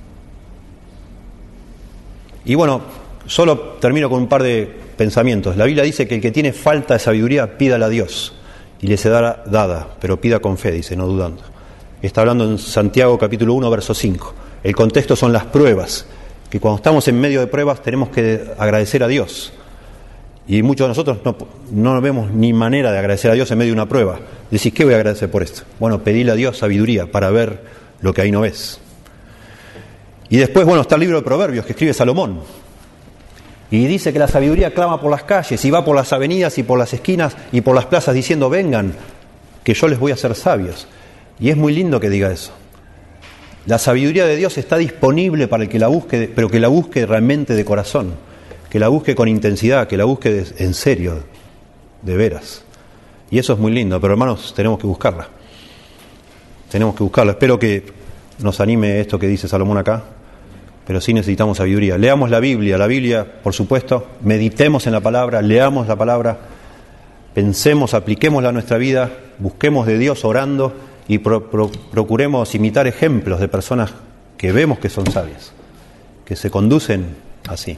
Y bueno, solo termino con un par de pensamientos. La Biblia dice que el que tiene falta de sabiduría, pídala a Dios, y le será dada, pero pida con fe, dice, no dudando. Está hablando en Santiago capítulo uno, verso cinco. El contexto son las pruebas, que cuando estamos en medio de pruebas tenemos que agradecer a Dios. Y muchos de nosotros no, no vemos ni manera de agradecer a Dios en medio de una prueba. Decís, ¿qué voy a agradecer por esto? Bueno, pedile a Dios sabiduría para ver lo que ahí no ves. Y después, bueno, está el libro de Proverbios que escribe Salomón. Y dice que la sabiduría clama por las calles y va por las avenidas y por las esquinas y por las plazas diciendo, vengan, que yo les voy a hacer sabios. Y es muy lindo que diga eso. La sabiduría de Dios está disponible para el que la busque, pero que la busque realmente de corazón. Que la busque con intensidad, que la busque de, en serio, de veras. Y eso es muy lindo, pero hermanos, tenemos que buscarla. Tenemos que buscarla. Espero que nos anime esto que dice Salomón acá, pero sí necesitamos sabiduría. Leamos la Biblia, la Biblia, por supuesto, meditemos en la palabra, leamos la palabra, pensemos, apliquémosla a nuestra vida, busquemos de Dios orando y pro, pro, procuremos imitar ejemplos de personas que vemos que son sabias, que se conducen así.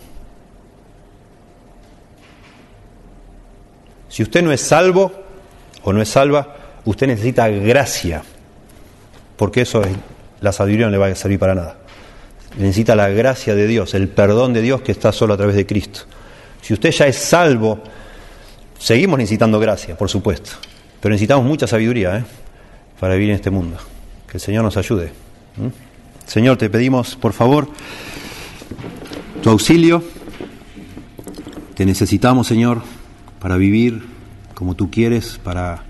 Si usted no es salvo o no es salva, usted necesita gracia, porque eso es, la sabiduría no le va a servir para nada. Necesita la gracia de Dios, el perdón de Dios que está solo a través de Cristo. Si usted ya es salvo, seguimos necesitando gracia, por supuesto, pero necesitamos mucha sabiduría ¿eh? para vivir en este mundo. Que el Señor nos ayude. ¿Mm? Señor, te pedimos, por favor, tu auxilio. Te necesitamos, Señor, para vivir como tú quieres, para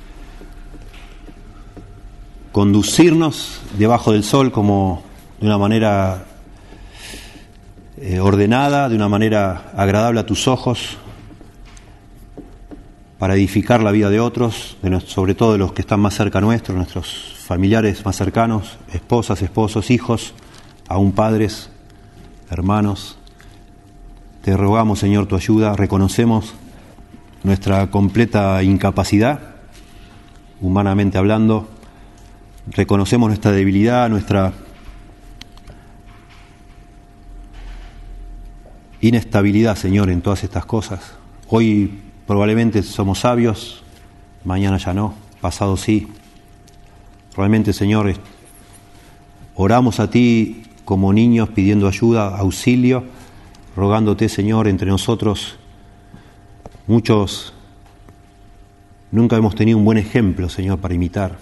conducirnos debajo del sol como de una manera eh, ordenada, de una manera agradable a tus ojos, para edificar la vida de otros, de nuestro, sobre todo de los que están más cerca nuestros, nuestros familiares más cercanos, esposas, esposos, hijos, aún padres, hermanos. Te rogamos, Señor, tu ayuda. Reconocemos nuestra completa incapacidad, humanamente hablando. Reconocemos nuestra debilidad, nuestra inestabilidad, Señor, en todas estas cosas. Hoy probablemente somos sabios, mañana ya no, pasado sí. Realmente, Señor, oramos a ti como niños pidiendo ayuda, auxilio, rogándote, Señor, entre nosotros. Muchos nunca hemos tenido un buen ejemplo, Señor, para imitar.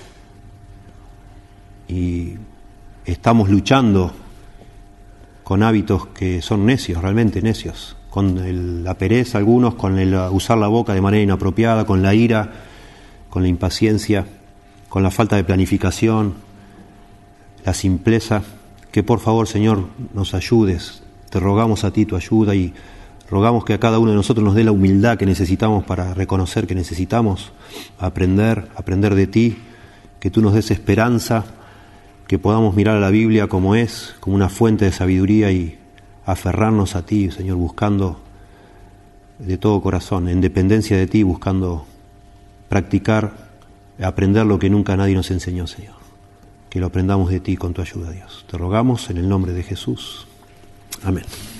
Y estamos luchando con hábitos que son necios, realmente necios. Con el, la pereza algunos, con el usar la boca de manera inapropiada, con la ira, con la impaciencia, con la falta de planificación, la simpleza. Que por favor, Señor, nos ayudes. Te rogamos a ti tu ayuda y rogamos que a cada uno de nosotros nos dé la humildad que necesitamos para reconocer que necesitamos aprender, aprender de ti, que tú nos des esperanza, que podamos mirar a la Biblia como es, como una fuente de sabiduría y aferrarnos a ti, Señor, buscando de todo corazón, en dependencia de ti, buscando practicar, aprender lo que nunca nadie nos enseñó, Señor. Que lo aprendamos de ti con tu ayuda, Dios. Te rogamos en el nombre de Jesús. Amén.